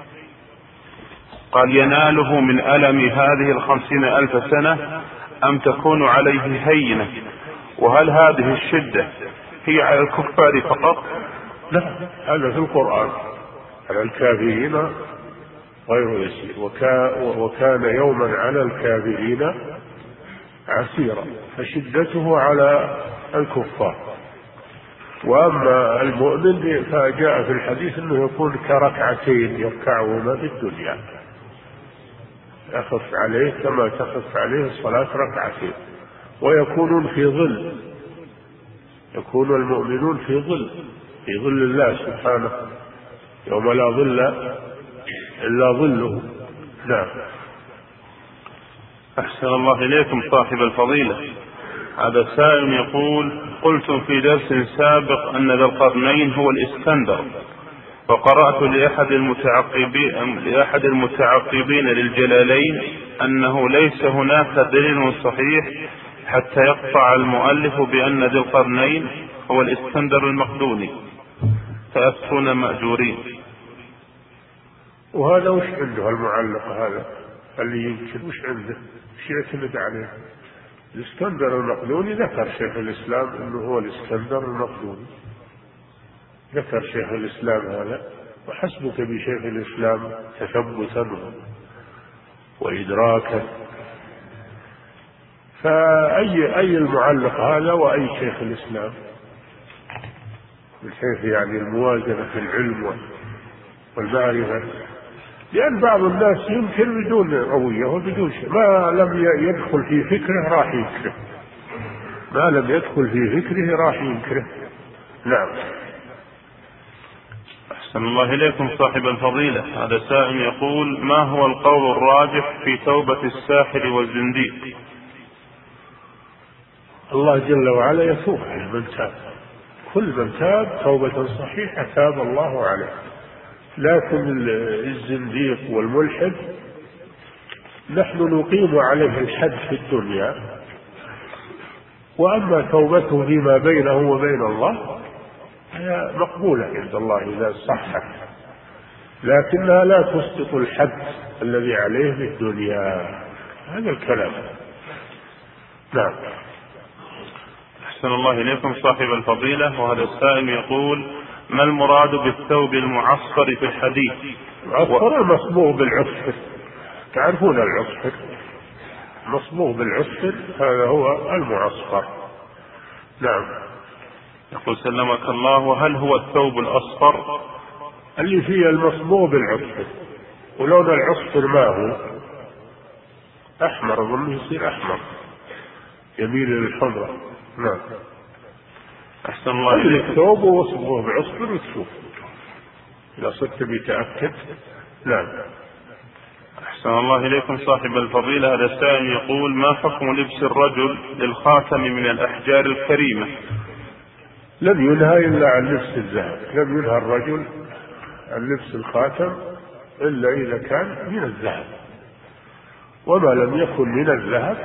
قال يناله من ألم هذه الخمسين ألف سنة أم تكون عليه هينة؟ وهل هذه الشدة هي على الكفار فقط؟ لا، هذا في القرآن على الكافرين غير يسير، وكان يوما على الكافرين عسيرا، فشدته على الكفار. وأما المؤمن فجاء في الحديث أنه يكون كركعتين يركعهما في الدنيا، يخف عليه كما تخف عليه الصلاة ركعتين، ويكونون في ظل، يكون المؤمنون في ظل في ظل الله سبحانه يوم لا ظل إلا ظله. نعم. أحسن الله إليكم صاحب الفضيلة. هذا سائل يقول: قلتم في درس سابق أن ذا القرنين هو الإسكندر، وقرأت لأحد المتعقبين, لأحد المتعقبين للجلالين أنه ليس هناك دليل صحيح حتى يقطع المؤلف بأن ذي القرنين هو الإسكندر المقدوني، فأفتون مأجورين. وهذا وش عنده المعلق هذا اللي يمكن وش عنده وش يعتمد عليه؟ الإسكندر المقدوني ذكر شيخ الإسلام أنه هو الإسكندر المقدوني، ذكر شيخ الإسلام هذا، وحسبك بشيخ الإسلام تثبتا وإدراكا. فأي أي المعلق هذا وأي شيخ الإسلام من حيث يعني الموازنة في العلم والمعرفة، لأن بعض الناس ينكر بدون روية وبدون شيء، ما لم يدخل في فكره راح ينكره، ما لم يدخل في فكره راح ينكره. نعم. أحسن الله إليكم صاحب الفضيلة. هذا سائل يقول: ما هو القول الراجح في توبة الساحر والزنديق؟ الله جل وعلا يتوب على من تاب، كل من تاب توبة صحيحة تاب الله عليه، لكن الزنديق والملحد نحن نقيم عليه الحد في الدنيا، وأما توبته فيما بينه وبين الله هي مقبولة عند الله إذا صحت، لكنها لا تسقط الحد الذي عليه في الدنيا. هذا الكلام. نعم. أحسن الله إليكم صاحب الفضيلة. وهذا السائل يقول: ما المراد بالثوب المعصفر في الحديث؟ العصفر المصبوغ بالعصفر، تعرفون العصفر مصبوغ بالعصفر، هذا هو المعصفر. نعم. يقول: سلمك الله، وهل هو الثوب الأصفر؟ اللي فيه المصبوغ بالعصفر، ولون العصفر ما هو أحمر، ظنه يصير أحمر يميل للحمرة. نعم. أحسن الله إليك. الثوب وصبغه بعصفر وتشوف إذا صرت بيتأكد. نعم. أحسن الله إليكم صاحب الفضيلة. هذا السائل يقول: ما حكم لبس الرجل للخاتم من الأحجار الكريمة؟ لم ينهى إلا عن لبس الذهب، لم ينهى الرجل عن لبس الخاتم إلا إذا كان من الذهب، وما لم يكن من الذهب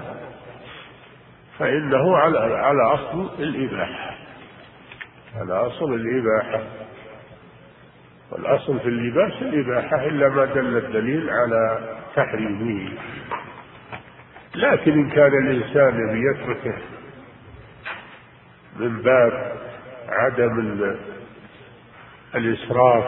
فإنه على على أصل الإباحة، على أصل الإباحة، والأصل في اللباس الإباحة إلا ما دل الدليل على تحريمه. لكن إن كان الإنسان يتركه من باب عدم الإسراف،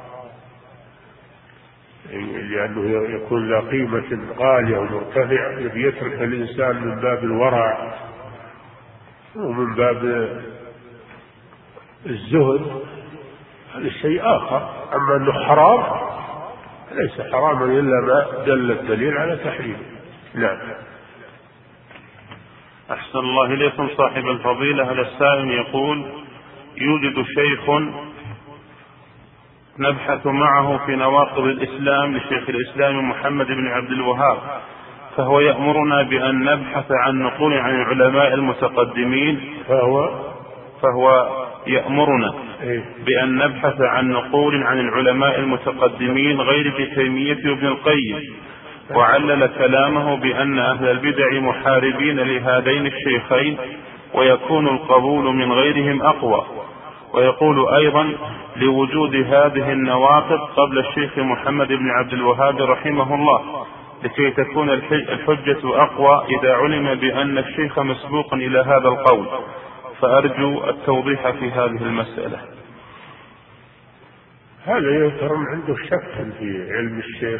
لأنه يكون ذا قيمة غالية ومرتفعة، يترك الإنسان من باب الورع ومن باب الزهد، هذا شيء آخر. أما أنه حرام ليس حراما إلا ما دل الدليل على تحريمه. نعم. أحسن الله إليكم صاحب الفضيلة. هذا السائل يقول: يوجد شيخ نبحث معه في نواقض الإسلام لشيخ الإسلام محمد بن عبد الوهاب، فهو يأمرنا بأن نبحث عن نقول عن العلماء المتقدمين فهو فهو يأمرنا بأن نبحث عن نقول عن العلماء المتقدمين غير ابن تيمية وابن القيم، وعلل كلامه بأن أهل البدع محاربين لهذين الشيخين ويكون القبول من غيرهم أقوى، ويقول أيضا لوجود هذه النواقض قبل الشيخ محمد بن عبد الوهاب رحمه الله لكي تكون الحجة أقوى إذا علم بأن الشيخ مسبوق إلى هذا القول، فأرجو التوضيح في هذه المسألة. هذا يفهم عنده شك في علم الشيخ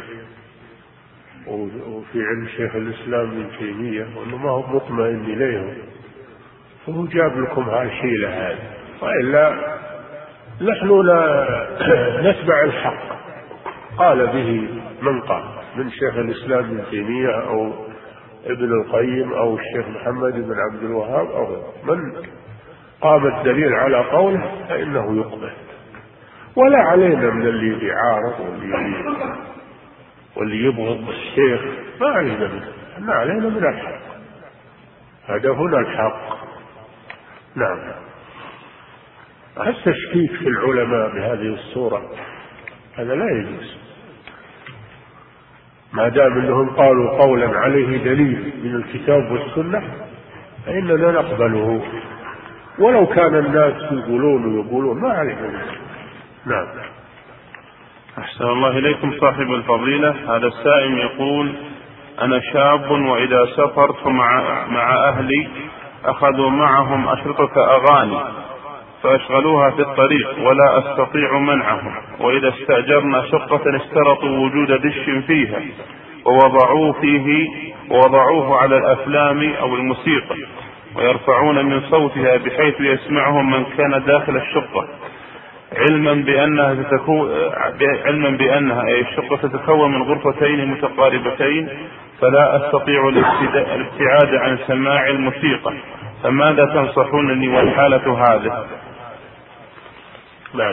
وفي علم شيخ الإسلام ابن تيمية، وأنه ما هو مطمئن إليه، فهو جاب لكم هالحيلة هذه، وإلا نحن لا نتبع الحق قال به من قال من شيخ الإسلام ابن تيمية أو ابن القيم أو الشيخ محمد بن عبد الوهاب أو من قام الدليل على قوله فإنه يقبل، ولا علينا من اللي يعارض واللي واللي يبغض الشيخ، ما علينا منه، ما علينا من الحق. هذا هنا الحق. نعم. التشكيك في العلماء بهذه الصورة هذا لا يجوز، ما دام انهم قالوا قولا عليه دليل من الكتاب والسنة فإننا نقبله، ولو كان الناس يقولون ويقولون ما عليهم. نعم. أحسن الله إليكم صاحب الفضيلة. هذا السائل يقول: أنا شاب وإذا سافرت مع, مع أهلي أخذوا معهم أشرطة أغاني فأشغلوها في الطريق ولا أستطيع منعهم، وإذا استأجرنا شقة اشترطوا وجود دش فيها ووضعوه فيه ووضعوه على الأفلام أو الموسيقى ويرفعون من صوتها بحيث يسمعهم من كان داخل الشقة، علما بأنها تتكون علما بأنها أي الشقة تتكون من غرفتين متقاربتين، فلا أستطيع الابتعاد عن سماع الموسيقى، فماذا تنصحونني والحالة هذه؟ لا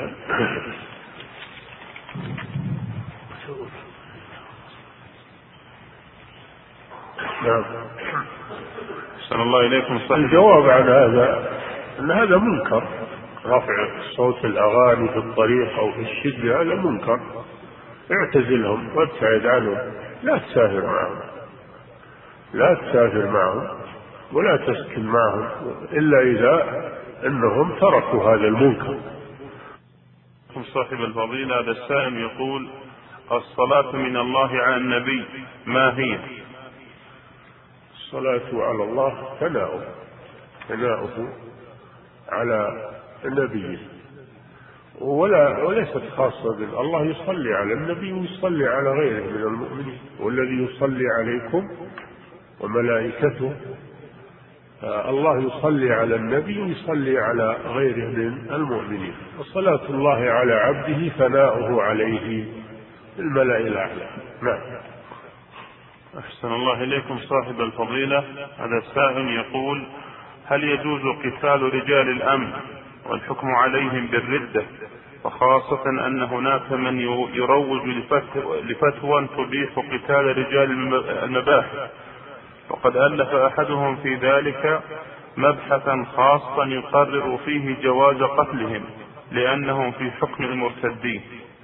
نعم. أحسن الله إليكم صحيح. الجواب عن هذا أن هذا منكر، رفع صوت الأغاني في الطريق أو في الشدة هذا منكر، اعتزلهم وابتعد عنهم، لا تسافر معهم لا تسافر معهم ولا تسكن معهم إلا إذا أنهم تركوا هذا المنكر. صاحب الفضيلة هذا السائل يقول: الصلاة من الله على النبي ما هي؟ الصلاة على الله ثناؤه ثناؤه على النبي، ولا وليست خاصة بالله. الله يصلي على النبي ويصلي على غيره من المؤمنين، والذي يصلي عليكم وملائكته. الله يصلي على النبي ويصلي على غيره من المؤمنين، وصلاة الله على عبده ثناؤه عليه الملأ الأعلى. نعم. أحسن الله إليكم صاحب الفضيلة هذا السائل يقول: هل يجوز قتال رجال الأمن والحكم عليهم بالردة، وخاصة أن هناك من يروج لفتوى تبيح قتال رجال المباحث، وقد ألف أحدهم في ذلك مبحثا خاصا يقرر فيه جواز قتلهم لأنهم في حكم المرتدين؟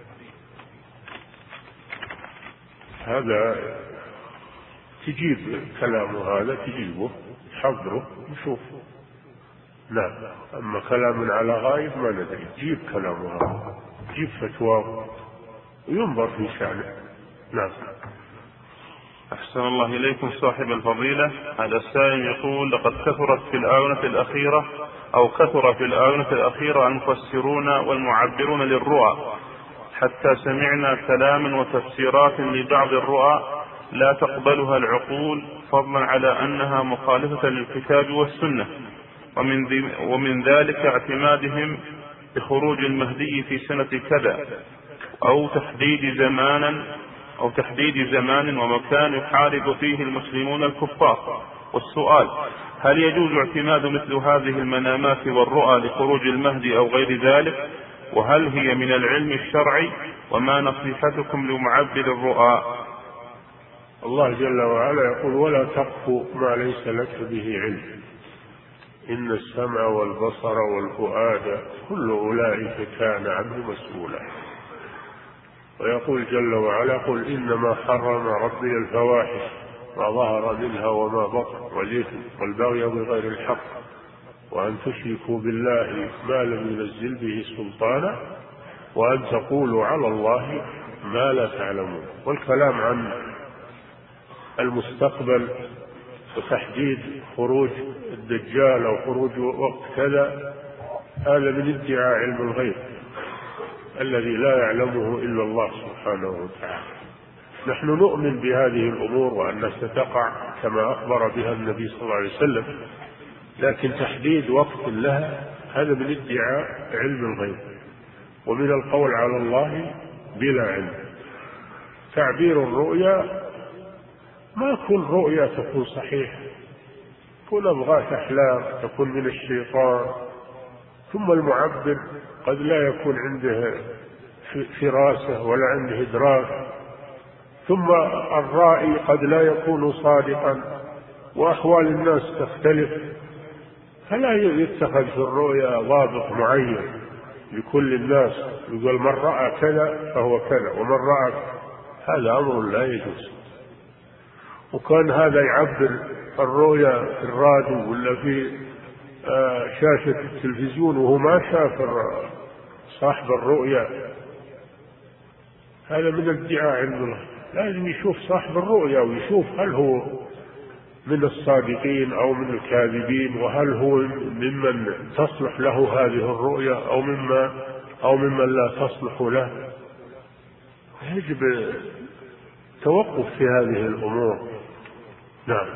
هذا تجيب كلامه، هذا تجيبه حضره نشوف. لا، أما كلام على غايب ما ندري، جيب كلامه هذا، جيب فتواه وينظر في شأنه. نعم. أحسن الله إليكم صاحب الفضيلة هذا السائل يقول: لقد كثرت في الآونة الأخيرة أو كثر في الآونة الأخيرة المفسرون والمعبرون للرؤى، حتى سمعنا كلاما وتفسيرات لبعض الرؤى لا تقبلها العقول، فضلا على أنها مخالفة للكتاب والسنة، ومن, ومن ذلك اعتمادهم بخروج المهدي في سنة كذا، أو تحديد زمانا أو تحديد زمان ومكان يحارب فيه المسلمون الكفار. والسؤال: هل يجوز اعتماد مثل هذه المنامات والرؤى لخروج المهدي أو غير ذلك؟ وهل هي من العلم الشرعي؟ وما نصيحتكم لمعبر الرؤى؟ الله جل وعلا يقول: ولا تقف ما ليس لك به علم، إن السمع والبصر والفؤاد كل أولئك كان عنه مسؤولا. ويقول جل وعلا: قل إنما حرم ربي الفواحش ما ظهر منها وما بطن والإثم والبغي بغير الحق وأن تشركوا بالله ما لم ينزل به سلطانا وأن تقولوا على الله ما لا تعلمون. والكلام عن المستقبل وتحديد خروج الدجال أو خروج وقت كذا هذا من ادعاء علم الغيب الذي لا يعلمه إلا الله سبحانه وتعالى. نحن نؤمن بهذه الأمور وأنها ستقع كما أخبر بها النبي صلى الله عليه وسلم، لكن تحديد وقت لها هذا من ادعاء علم الغيب ومن القول على الله بلا علم. تعبير الرؤيا ما كل رؤيا تكون صحيحة، كل أبغاث أحلام تكون من الشيطان، ثم المعبر قد لا يكون عنده فراسة ولا عنده إدراك، ثم الرائي قد لا يكون صادقا وأحوال الناس تختلف، فلا يتخذ في الرؤيا ضابط معين لكل الناس، يقول من رأى كذا فهو كذا ومن رأى، هذا أمر لا يجوز. وكان هذا يعبر الرؤيا في الراديو ولا في شاشة التلفزيون وهو ما شاف صاحب الرؤيا، هذا من الادعاء عند الله. لازم يشوف صاحب الرؤيا ويشوف هل هو من الصادقين أو من الكاذبين، وهل هو ممن تصلح له هذه الرؤيا أو مما أو ممن لا تصلح له. يجب توقف في هذه الأمور. نعم.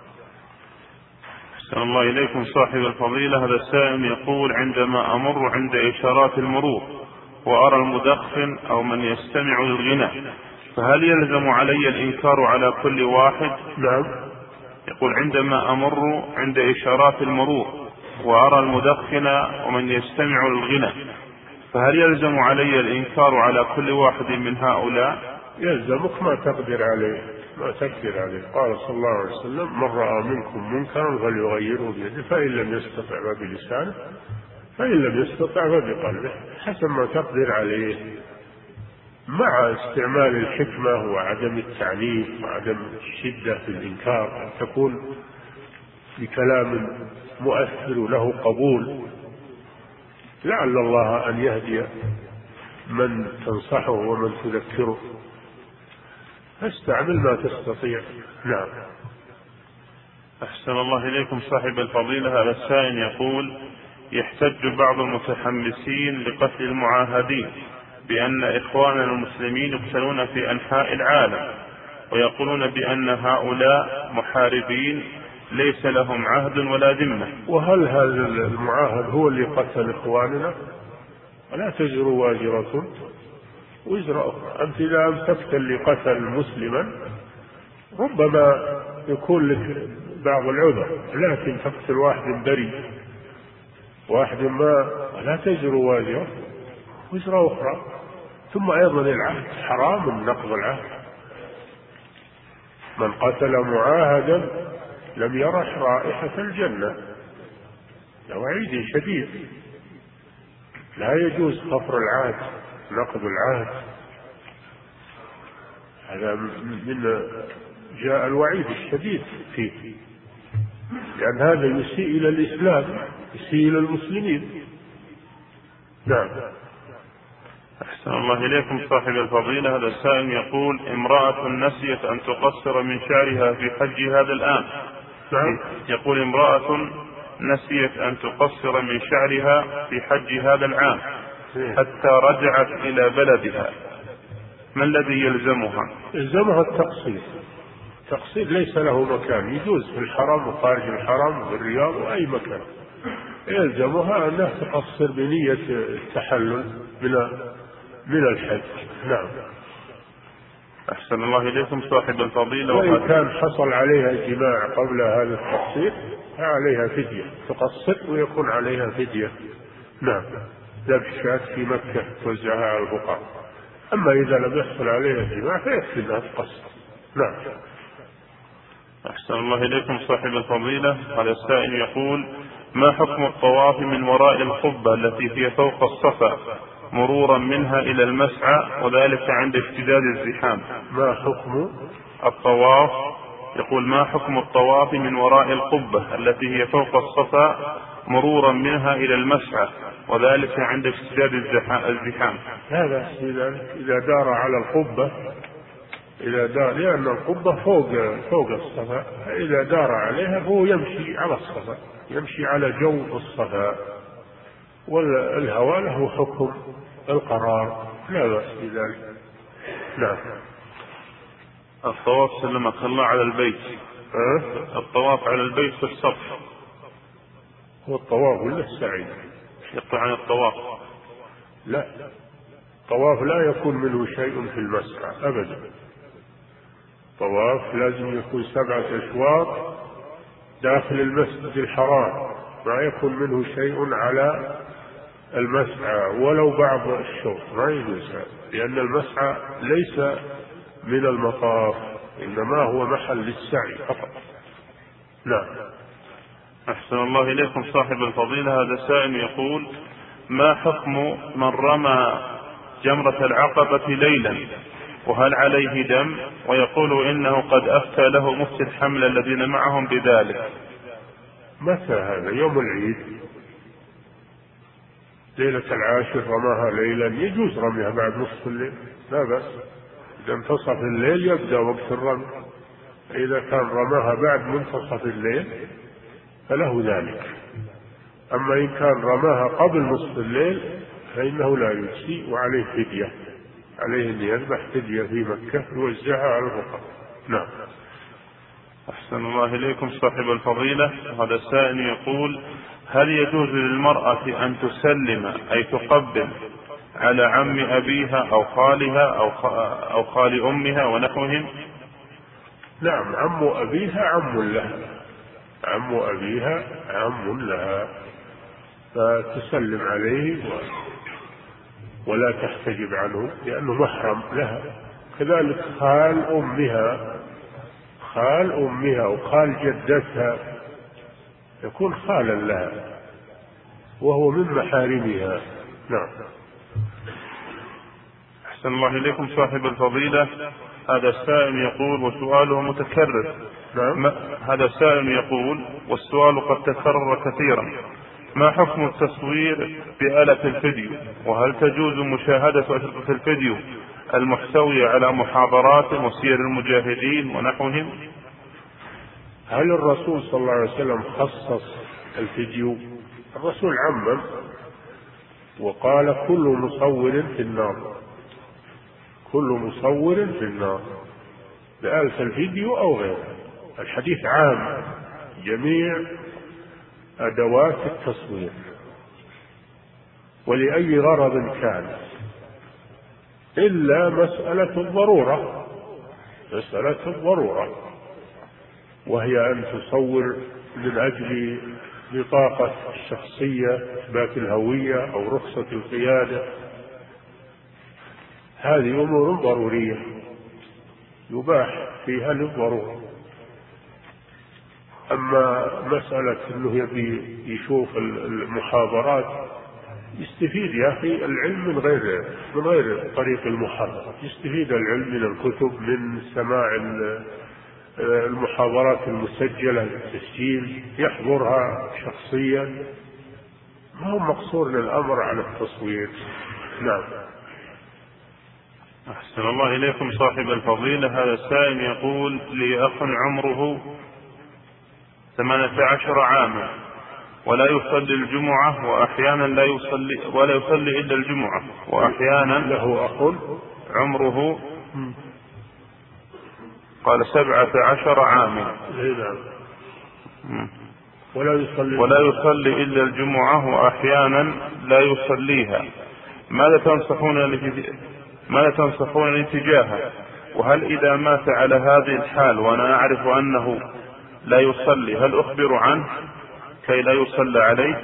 أحسن الله إليكم صاحب الفضيلة. هذا السائل يقول: عندما أمر عند إشارات المرور وأرى المدخن أو من يستمع للغناء، فهل يلزم علي الإنكار على كل واحد؟ نعم. يقول: عندما أمر عند إشارات المرور وأرى المدخن ومن يستمع للغناء، فهل يلزم علي الإنكار على كل واحد من هؤلاء؟ يلزمك ما تقدر عليه، ما تقدر عليه. قال صلى الله عليه وسلم: من رأى منكم منكرا فليغيره بيده، فإن لم يستطع فبلسانه، فإن لم يستطع فبقلبه، حسب ما تقدر عليه، مع استعمال الحكمة وعدم التعنيف وعدم الشدة في الإنكار، أن تكون بكلام مؤثر له قبول، لعل الله أن يهدي من تنصحه ومن تذكره، فاستعمل ما تستطيع. نعم. أحسن الله إليكم صاحب الفضيلة. هذا السائل يقول: يحتج بعض المتحمسين لقتل المعاهدين بأن إخواننا المسلمين يقتلون في أنحاء العالم، ويقولون بأن هؤلاء محاربين ليس لهم عهد ولا ذمة. وهل هذا المعاهد هو اللي قتل إخواننا؟ ولا تزر واجرة وزر أخرى. أنت إذا أمسكت اللي قتل مسلما ربما يكون لك بعض العذر، لكن تقتل واحد بريء، واحد ما، لا تزر واجرة وزر أخرى. ثم أيضا العهد حرام، نقض العهد. من قتل معاهدا لم يرح رائحة الجنة، وعيد شديد. لا يجوز خفر العهد، نقض العهد، هذا من جاء الوعيد الشديد فيه، لأن هذا يسيء إلى الإسلام، يسيء إلى المسلمين. نعم. أحسن الله إليكم صاحب الفضيلة. هذا السائل يقول: امرأة نسيت أن تقصر من شعرها في حج هذا الآن. نعم. يقول: امرأة نسيت أن تقصر من شعرها في حج هذا العام حتى رجعت إلى بلدها، ما الذي يلزمها؟ يلزمها التقصير. التقصير ليس له مكان، يجوز في الحرم وخارج الحرم والرياض وأي مكان. يلزمها أنها تقصر بنية التحلل من من الحج. نعم. أحسن الله إليكم صاحب الفضيلة. وإن كان حصل عليها جماع قبل هذا التقصير فعليها فدية، تقصر ويكون عليها فدية. نعم. ذبح شاة في مكة توزعها على الفقراء. أما إذا لم يحصل عليها جماع فيكفي أنها تقصر. نعم. أحسن الله إليكم صاحب الفضيلة. هذا السائل يقول: ما حكم الطواف من وراء القبة التي هي فوق الصفا مرورا منها إلى المسعى، وذلك عند اشتداد الزحام؟ ما حكم الطواف؟ يقول: ما حكم الطواف من وراء القبة التي هي فوق الصفا مرورا منها إلى المسعى، وذلك عند اشتداد الزحام؟ لا بأس بذلك إذا دار على القبة، إذا دار، لأن القبة فوق فوق الصفا، إذا دار عليها هو يمشي على الصفا، يمشي على جو الصفا، والهواء له حكم القرار، لا بأس بذلك. نعم. الطواف سلمك الله على البيت، أه؟ الطواف على البيت في الصف هو الطواف ولا السعي؟ يقطع عن الطواف. لا، الطواف لا يكون منه شيء في المسعى أبدا. الطواف لازم يكون سبعة أشواط داخل المسجد الحرام، ما يكون منه شيء على المسعى ولو بعض الشوط، ما يجوز، لأن المسعى ليس من المطاف، إنما هو محل للسعي فقط. نعم. أحسن الله إليكم صاحب الفضيلة، هذا سائل يقول: ما حكم من رمى جمرة العقبة ليلا وهل عليه دم؟ ويقول إنه قد أفتى له مفتي الحمل الذين معهم بذلك. متى هذا؟ يوم العيد ليلة العاشر رماها ليلا، يجوز رميها بعد نصف الليل لا بأس، إذا انتصف الليل يبدأ وقت الرمي. إذا كان رماها بعد منتصف الليل فله ذلك، أما إن كان رماها قبل نصف الليل فإنه لا يجزي وعليه فدية، عليه أن يذبح فدية في مكة يوزعها على الفقراء. نعم. أحسن الله إليكم صاحب الفضيلة، هذا السائل يقول: هل يجوز للمرأة أن تسلم أي تقبل على عم أبيها أو خالها أو خال أمها ونحوهم؟ نعم، عم أبيها عم لها، عم أبيها عم لها، فتسلم عليه ولا تحتجب عنه لأنه محرم لها. كذلك خال أمها، خال أمها وخال جدتها يكون خالا لها وهو من محارمها. نعم. أحسن الله إليكم صاحب الفضيلة، هذا السائل يقول وسؤاله متكرر. نعم. هذا السائل يقول والسؤال قد تكرر كثيرا: ما حكم التصوير بآلة الفيديو؟ وهل تجوز مشاهدة أشرطة الفيديو المحتوية على محاضرات وسير المجاهدين ونحوهم؟ هل الرسول صلى الله عليه وسلم خصص الفيديو؟ الرسول عمم وقال: كل مصور في النار، كل مصور في النار، بآلة الفيديو أو غيره. الحديث عام جميع أدوات التصوير ولأي غرض كان، إلا مسألة الضرورة، مسألة الضرورة وهي أن تصور من أجل بطاقة الشخصية، إثبات الهوية أو رخصة القيادة، هذه أمور ضرورية يباح فيها للضرورة. أما مسألة أنه يبي يشوف المحاضرات، يستفيد يا أخي العلم من غير من غير طريق المحاضرة، يستفيد العلم من الكتب، من سماع المحاضرات المسجلة للتسجيل، يحضرها شخصيا، ما هو مقصور للأمر على التصوير. نعم. أحسن الله إليكم صاحب الفضيلة، هذا السائل يقول: لي أخ عمره ثمانية عشر عاما ولا يصلي الجمعة وأحيانا لا يصلي ولا يصلي إلا الجمعة، وأحيانا له أخ عمره قال سبعة عشر عاما ولا يصلي ولا يصلي إلا الجمعة وأحيانا لا يصليها، ماذا تنصحون ماذا تنصحون تجاهه؟ وهل إذا مات على هذه الحال وأنا أعرف أنه لا يصلي هل أخبر عنه كي لا يصلى عليه؟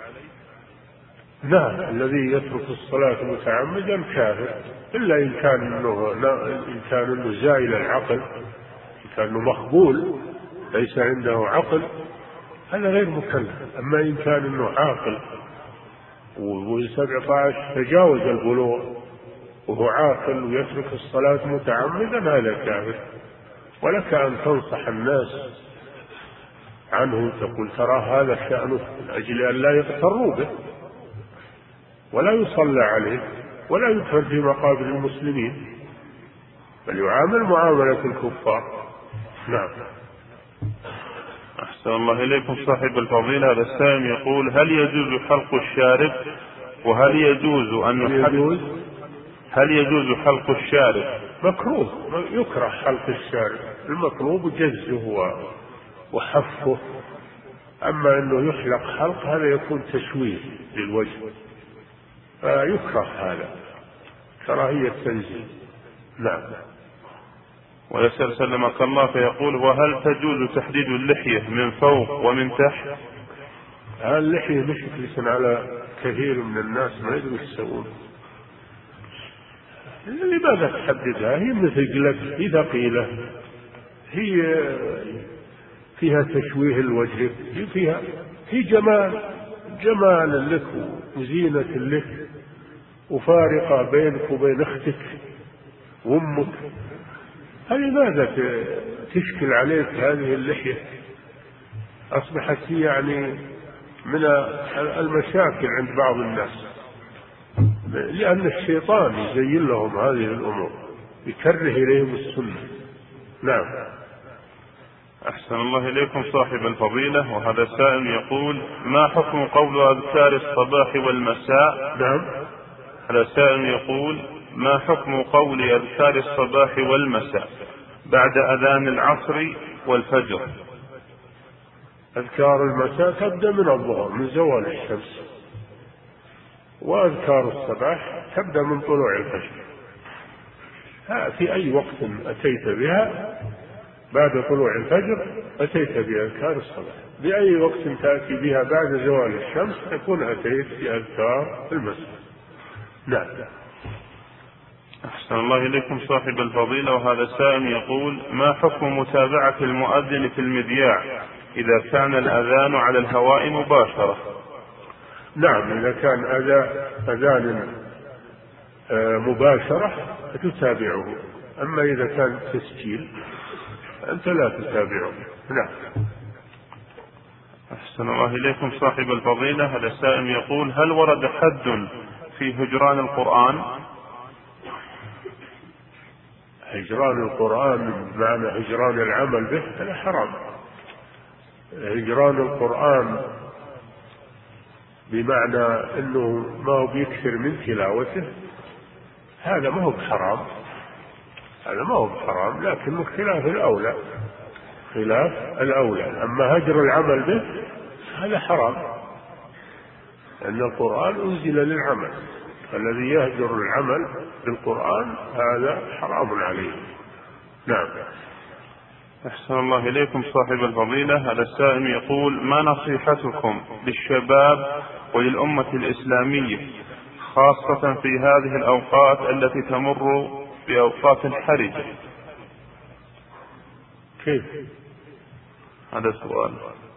نعم، الذي يترك الصلاة متعمدا كافر، إلا إن كان إنه إن كان إنه زائل العقل، إن كان إنه مخبول ليس عنده عقل، هذا غير مكلف. أما إن كان إنه عاقل وسبعة عشر تجاوز البلوغ وهو عاقل ويترك الصلاة متعمدا، هذا كافر. ولك أن تنصح الناس عنه، تقول ترى هذا شأنه، من أجل أن لا يغتروا به ولا يصلى عليه ولا يدفن في مقابر المسلمين، بل يعامل معاملة الكفار. نعم. أحسن الله إليكم صاحب الفضيلة، هذا السائل يقول: هل يجوز حلق الشارب؟ وهل يجوز أن يجوز هل يجوز حلق الشارب؟ مكروه، يكره حلق الشارب، المطلوب جزه وحفه. أما أنه يحلق حلق هذا يكون تشويه للوجه، فيكره هذا كراهية تنزيل. نعم. ويسأل سلمك الله فيقول: وهل تجوز تحديد اللحية من فوق ومن تحت؟ اللحية مشكلة على كثير من الناس ما يدري ايش يسوون. لماذا تحددها؟ هي مثقلة، هي ثقيلة، هي فيها تشويه الوجه، فيها في جمال جمال لك وزينة لك، وفارقة بينك وبين أختك وأمك. فلماذا تشكل عليك هذه اللحية؟ أصبحت هي يعني من المشاكل عند بعض الناس، لأن الشيطان يزين لهم هذه الأمور، يكره إليهم السنة. نعم. أحسن الله إليكم صاحب الفضيلة. وهذا سائل يقول: ما حكم قول أذكار الصباح والمساء؟ نعم. هذا سائل يقول: ما حكم قول أذكار الصباح والمساء بعد أذان العصر والفجر؟ أذكار المساء تبدأ من الظهر، من زوال الشمس، وأذكار الصباح تبدأ من طلوع الفجر. في أي وقت أتيت بها بعد طلوع الفجر أتيت بأذكار الصباح، بأي وقت تأتي بها بعد زوال الشمس تكون أتيت بأذكار المساء. نعم. أحسن الله إليكم صاحب الفضيلة. وهذا سائل يقول: ما حكم متابعة المؤذن في المذياع إذا كان الأذان على الهواء مباشرة؟ نعم، إذا كان أذان مباشرة تتابعه، أما إذا كان تسجيل أنت لا تتابعه. نعم. أحسن الله إليكم صاحب الفضيلة. هذا سائل يقول: هل ورد حد في هجران القرآن؟ هجران القرآن بمعنى هجران العمل به هذا حرام. هجران القرآن بمعنى أنه ما هو بيكثر من تلاوته هذا ما هو بحرام، هذا ما هو بحرام، لكنه خلاف الأولى، خلاف الأولى. أما هجر العمل به هذا حرام، لأن القرآن أنزل للعمل، الذي يهجر العمل بالقرآن هذا حرام عليه. نعم. أحسن الله إليكم صاحب الفضيلة. هذا السائل يقول: ما نصيحتكم للشباب وللأمة الإسلامية خاصة في هذه الأوقات التي تمر بأوقات حرجة؟ كيف؟ هذا السؤال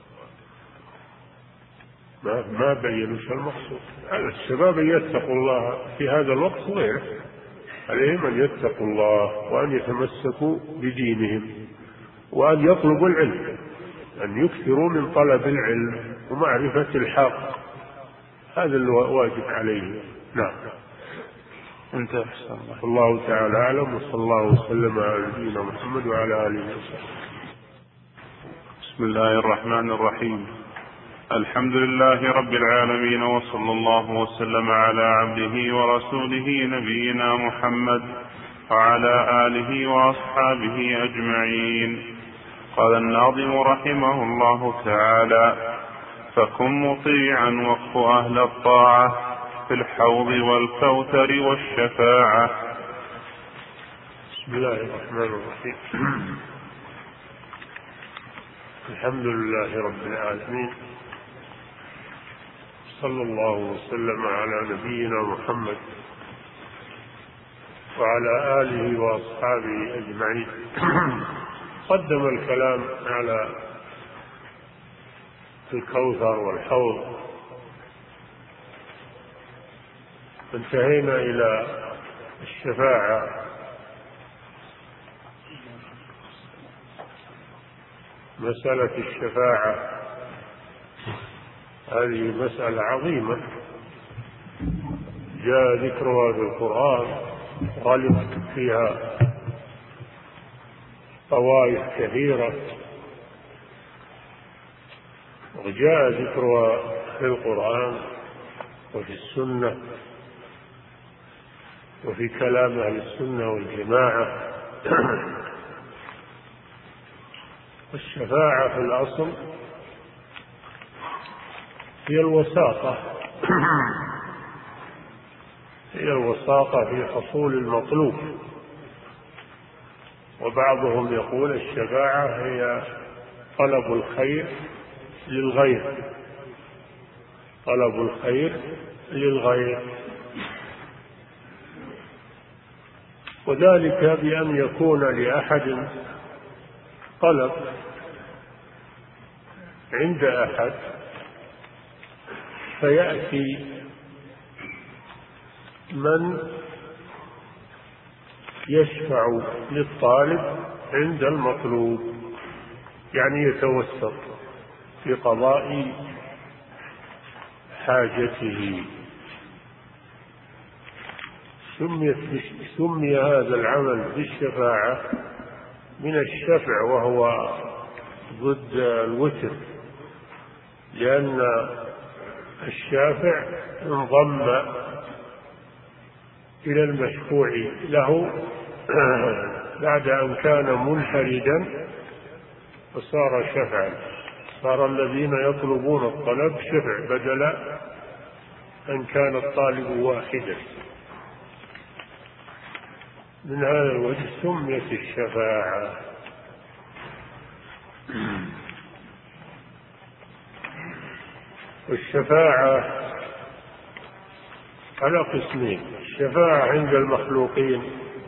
ما ما بينوا شو المقصود. على الشباب أن يتقوا الله في هذا الوقت وغيره، عليهم أن يتقوا الله وأن يتمسكوا بدينهم وأن يطلبوا العلم، أن يكثروا من طلب العلم ومعرفة الحق، هذا الواجب عليهم. نعم. انت أحسن الله. الله تعالى أعلم، وصلى الله وسلم على نبينا محمد وعلى آله وصحبه. بسم الله الرحمن الرحيم. الحمد لله رب العالمين، وصلى الله وسلم على عبده ورسوله نبينا محمد وعلى آله وأصحابه أجمعين. قال الناظم رحمه الله تعالى: فكن مطيعا وقف أهل الطاعة في الحوض والكوثر والشفاعة. بسم الله الرحمن الرحيم. الحمد لله رب العالمين، صلى الله وسلم على نبينا محمد وعلى آله وأصحابه أجمعين. قدم الكلام على الكوثر والحوض، انتهينا إلى الشفاعة. مسألة الشفاعة هذه مسألة عظيمة جاء ذكرها في القرآن، غلبت فيها طوائف كثيرة، وجاء ذكرها في القرآن وفي السنة وفي كلام أهل السنة والجماعة. والشفاعة في الأصل هي الوساطة هي الوساطة في حصول المطلوب. وبعضهم يقول الشفاعة هي طلب الخير للغير، طلب الخير للغير، وذلك بأن يكون لأحد طلب عند أحد فيأتي من يشفع للطالب عند المطلوب، يعني يتوسط في قضاء حاجته. سمي هذا العمل بالشفاعة من الشفع، وهو ضد الوتر، لأن الشافع انضم إلى المشفوع له بعد أن كان منفردا فصار شفعا، صار الذين يطلبون الطلب شفع بدل أن كان الطالب واحدا. من هذا الوجه سميت الشفاعة. والشفاعة على قسمين: الشفاعة عند المخلوقين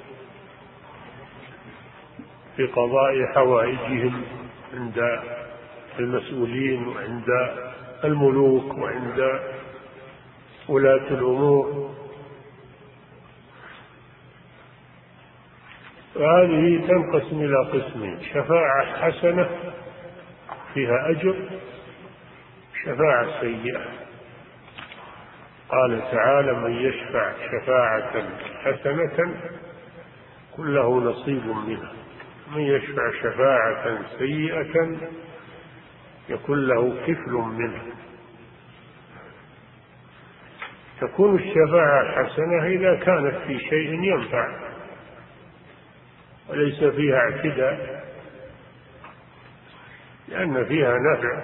في قضاء حوائجهم عند المسؤولين وعند الملوك وعند ولاة الأمور، وهذه تنقسم إلى قسمين: شفاعة حسنة فيها أجر، شفاعة سيئة. قال تعالى: من يشفع شفاعة حسنة كن له نصيب منها، من يشفع شفاعة سيئة يكن له كفل منها. تكون الشفاعة حسنة إذا كانت في شيء ينفع وليس فيها اعتداء، لأن فيها نفع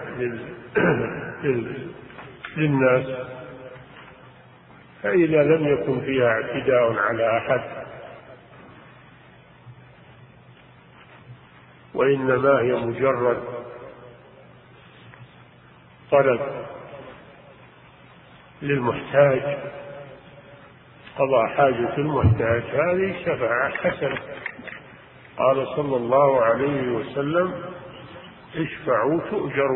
للناس. فإذا لم يكن فيها اعتداء على أحد وإنما هي مجرد طلب للمحتاج، قضاء حاجة المحتاج، هذه شفاعة حسنة. قال صلى الله عليه وسلم: اشفعوا تؤجروا،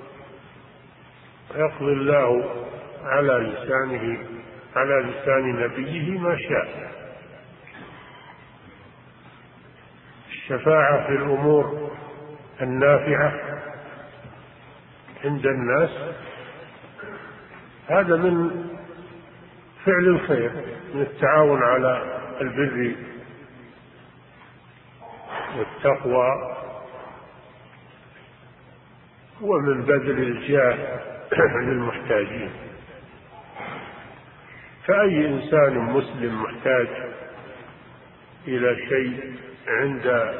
يقضي الله على لسانه على لسان نبيه ما شاء. الشفاعة في الأمور النافعة عند الناس هذا من فعل الخير، من التعاون على البر والتقوى ومن بذل الجاه للمحتاجين. فأي إنسان مسلم محتاج إلى شيء عند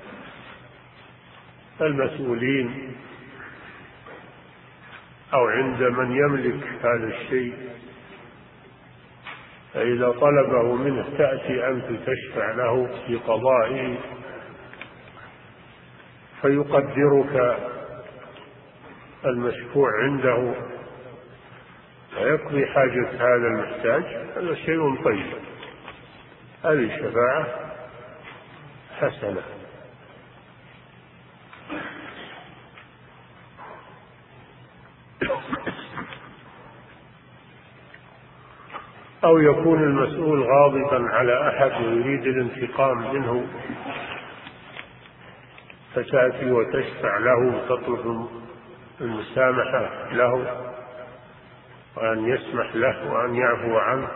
المسؤولين أو عند من يملك هذا الشيء، فإذا طلبه منه تأتي أنت تشفع له في قضائه فيقدرك المشفوع عنده ويقضي حاجة هذا المحتاج، هذا شيء طيب، هذه شفاعة حسنة. أو يكون المسؤول غاضبا على أحد ويريد الانتقام منه فتأتي وتشفع له وتطلب المسامحة له وأن يسمح له وأن يعفو عنه،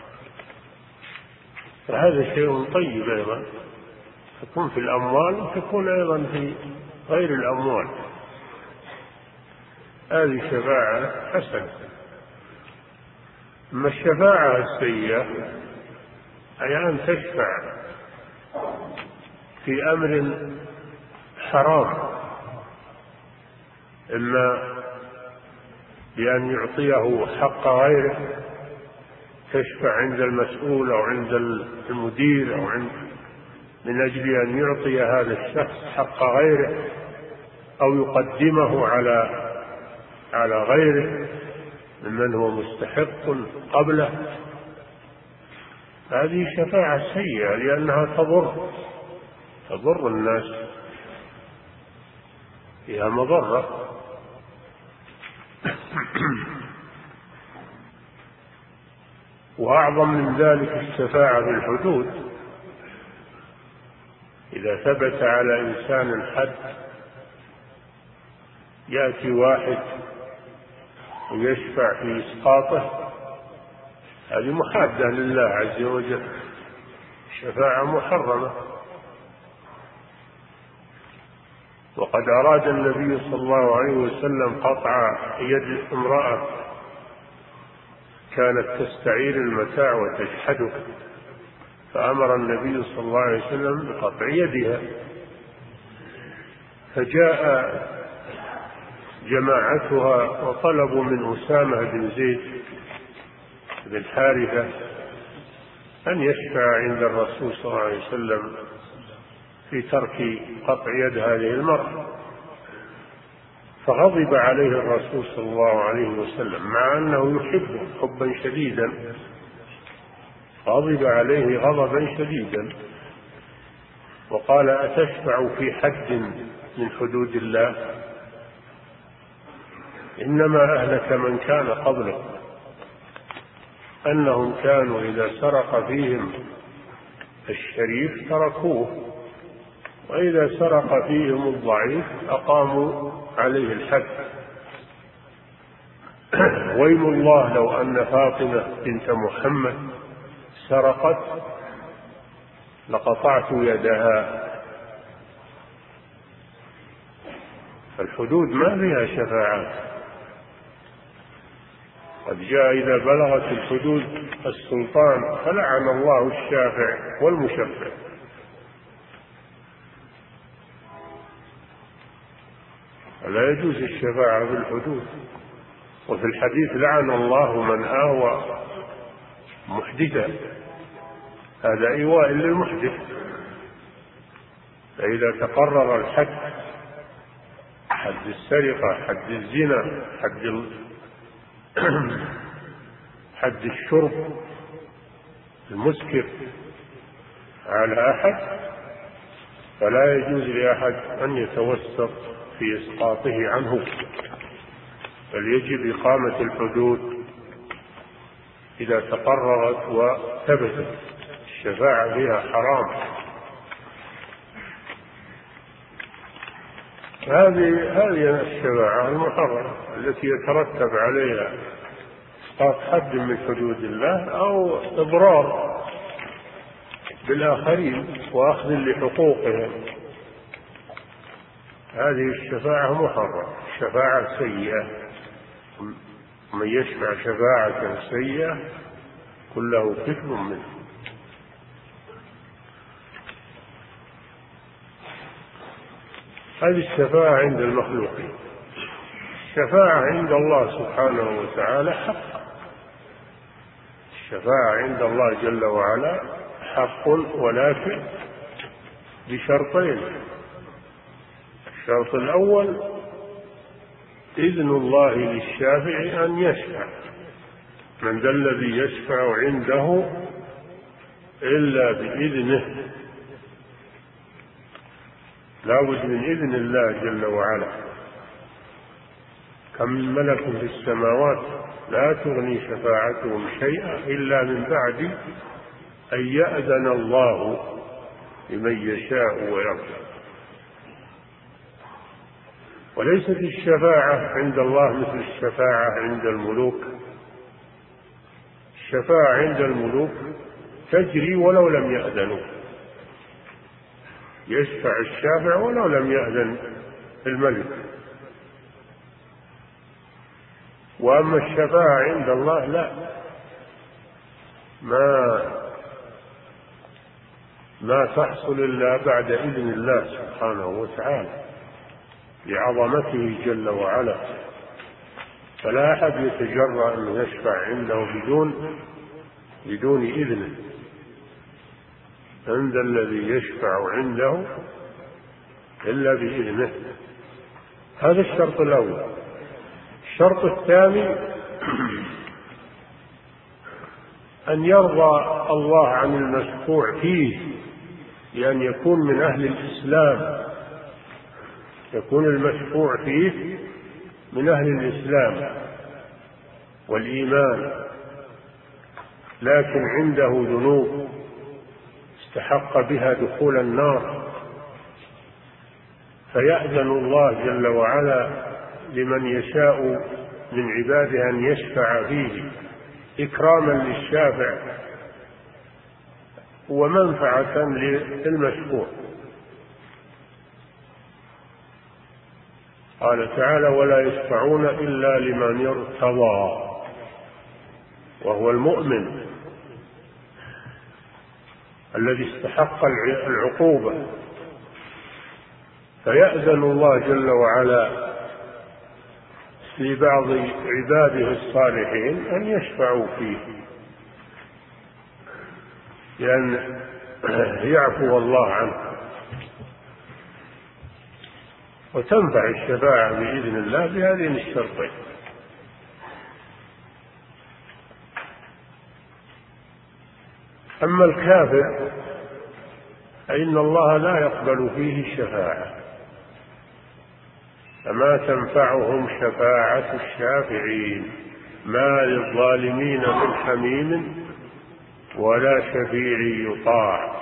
فهذا شيء طيب أيضا، تكون في الأموال وتكون أيضا في غير الأموال، هذه شفاعة حسنة. أما الشفاعة السيئة أي أن تشفع في أمر حرام، إما بأن يعطيه حق غيره، تشفع عند المسؤول أو عند المدير أو عند من أجل أن يعطي هذا الشخص حق غيره أو يقدمه على على غيره ممن هو مستحق قبله، هذه شفاعة سيئة لأنها تضر تضر الناس، فيها مضرة. وأعظم من ذلك الشفاعة بالحدود. إذا ثبت على إنسان الحد يأتي واحد ويشفع في إسقاطه، هذه محادة لله عز وجل، شفاعة محرمة. وقد أراد النبي صلى الله عليه وسلم قطع يد امرأة كانت تستعير المتاع وتجحده، فأمر النبي صلى الله عليه وسلم بقطع يدها، فجاء جماعتها وطلبوا من أسامة بن زيد بن حارثة أن يشفع عند الرسول صلى الله عليه وسلم في ترك قطع يد هذه المرأة، فغضب عليه الرسول صلى الله عليه وسلم مع أنه يحبه حبا شديدا، غضب عليه غضبا شديدا وقال: أتشفع في حد من حدود الله؟ إنما أهلك من كان قبلك أنهم كانوا إذا سرق فيهم الشريف تركوه، وإذا سرق فيهم الضعيف أقاموا عليه الحد. ويم الله لو أن فاطمة بنت محمد سرقت لقطعت يدها. الحدود ما فيها شفاعات، قد جاء إذا بلغت الحدود السلطان فلعن الله الشافع والمشفع. لا يجوز الشفاعة في الحدود. وفي الحديث: لعن الله من آوى محدثا، هذا إيواء للمحدث. فإذا تقرر الحد، حد السرقة، حد الزنا، حد ال... حد الشرب المسكر على أحد، فلا يجوز لأحد أن يتوسط في إسقاطه عنه، بل يجب إقامة الحدود إذا تقررت وثبتت. الشفاعة فيها حرام. هذه هذه الشفاعة المحرمة التي يترتب عليها إسقاط حد من حدود الله أو إضرار بالآخرين وأخذ لحقوقهم، هذه الشفاعة محرمة، شفاعة سيئة. من يشفع شفاعة سيئة كله كفر منه. هذه الشفاعة عند المخلوقين. الشفاعة عند الله سبحانه وتعالى حق. الشفاعة عند الله جل وعلا حق، ولكن بشرطين. الشرط الأول إذن الله للشافع أن يشفع. من ذا الذي يشفع عنده إلا بإذنه، لا بد من إذن الله جل وعلا. كم من ملك في السماوات لا تغني شفاعتهم شيئا إلا من بعد أن يأذن الله لمن يشاء ويرضى. وليست الشفاعة عند الله مثل الشفاعة عند الملوك. الشفاعة عند الملوك تجري ولو لم يأذنوا، يشفع الشافع ولو لم يأذن الملك. وأما الشفاعة عند الله لا، ما ما تحصل إلا بعد إذن الله سبحانه وتعالى لعظمته جل وعلا. فلا أحد يتجرأ أن يشفع عنده بدون بدون إذنه. عند الذي يشفع عنده إلا بإذنه. هذا الشرط الأول. الشرط الثاني أن يرضى الله عن المشفوع فيه، لأن يكون من أهل الإسلام، يكون المشفوع فيه من أهل الإسلام، والإيمان، لكن عنده ذنوب استحق بها دخول النار، فيأذن الله جل وعلا لمن يشاء من عباده أن يشفع فيه إكراما للشافع ومنفعة للمشفوع. قال تعالى: ولا يشفعون إلا لمن ارتضى، وهو المؤمن الذي استحق العقوبة، فيأذن الله جل وعلا لبعض عباده الصالحين أن يشفعوا فيه، لأن يعفو الله عنه، وتنفع الشفاعة بإذن الله بهذين الشرطين. أما الكافر فإن الله لا يقبل فيه الشفاعة، فما تنفعهم شفاعة الشافعين، ما للظالمين من حميم ولا شفيع يطاع.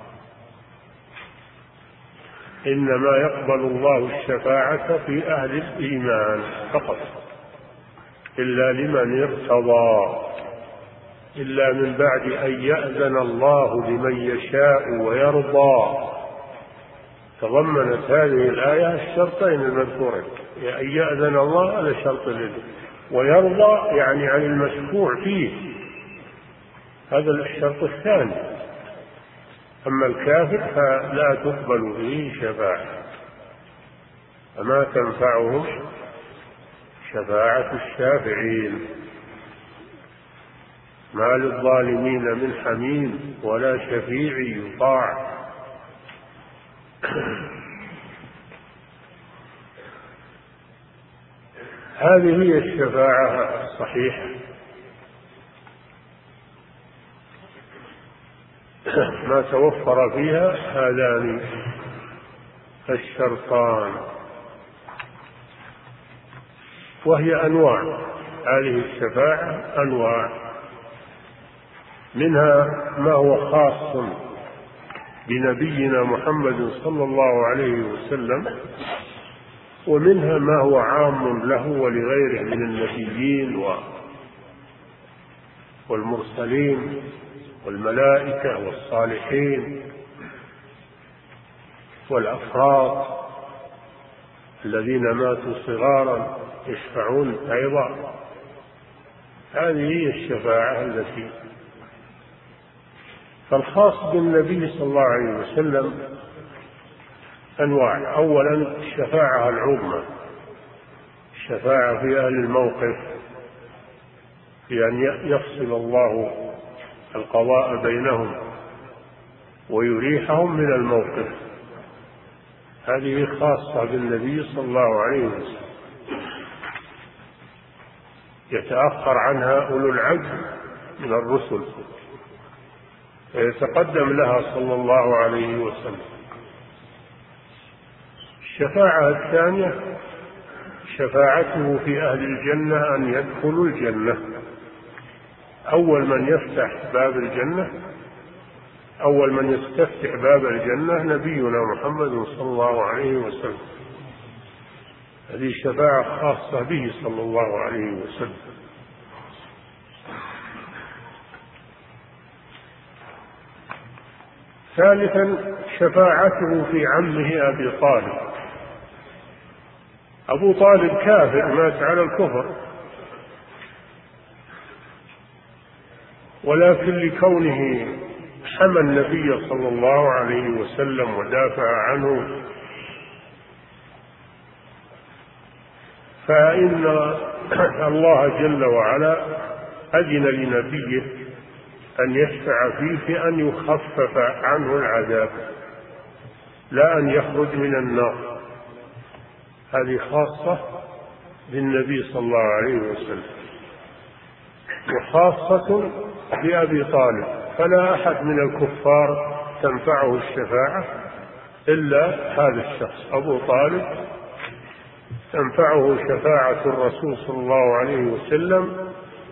إنما يقبل الله الشفاعة في أهل الإيمان فقط، إلا لمن ارتضى، إلا من بعد أن يأذن الله لمن يشاء ويرضى. تضمنت هذه الآية الشرطين المذكورين، أن يأذن الله هذا شرط له، ويرضى يعني عن المشفوع فيه هذا الشرط الثاني. أما الكافر فلا تقبل فيه شفاعة، فما تنفعهم شفاعة الشافعين، ما للظالمين من حميم ولا شفيع يطاع. هذه هي الشفاعة الصحيحة، ما توفر فيها هذان الشرطان، وهي أنواع. هذه الشفاعة أنواع، منها ما هو خاص بنبينا محمد صلى الله عليه وسلم، ومنها ما هو عام له ولغيره من النبيين والمرسلين والملائكة والصالحين والأفراد الذين ماتوا صغارا يشفعون أيضا. هذه هي الشفاعة التي فالخاص بالنبي صلى الله عليه وسلم أنواع. أولا الشفاعة العظمى، الشفاعة في أهل الموقف، في أن يفصل الله القضاء بينهم ويريحهم من الموقف، هذه خاصة بالنبي صلى الله عليه وسلم، يتأخر عنها أولو العزم من الرسل ويتقدم لها صلى الله عليه وسلم. الشفاعة الثانية شفاعته في أهل الجنة أن يدخلوا الجنة. أول من يفتح باب الجنة، أول من يستفتح باب الجنة نبينا محمد صلى الله عليه وسلم، هذه شفاعة خاصة به صلى الله عليه وسلم. ثالثا شفاعته في عمه أبي طالب. أبو طالب كافر، مات على الكفر، ولكن لكونه حمى النبي صلى الله عليه وسلم ودافع عنه، فإن الله جل وعلا أذن لنبيه أن يشفع فيه في أن يخفف عنه العذاب، لا أن يخرج من النار. هذه خاصة بالنبي صلى الله عليه وسلم، وخاصة بأبي طالب، فلا أحد من الكفار تنفعه الشفاعة إلا هذا الشخص أبو طالب، تنفعه شفاعة الرسول صلى الله عليه وسلم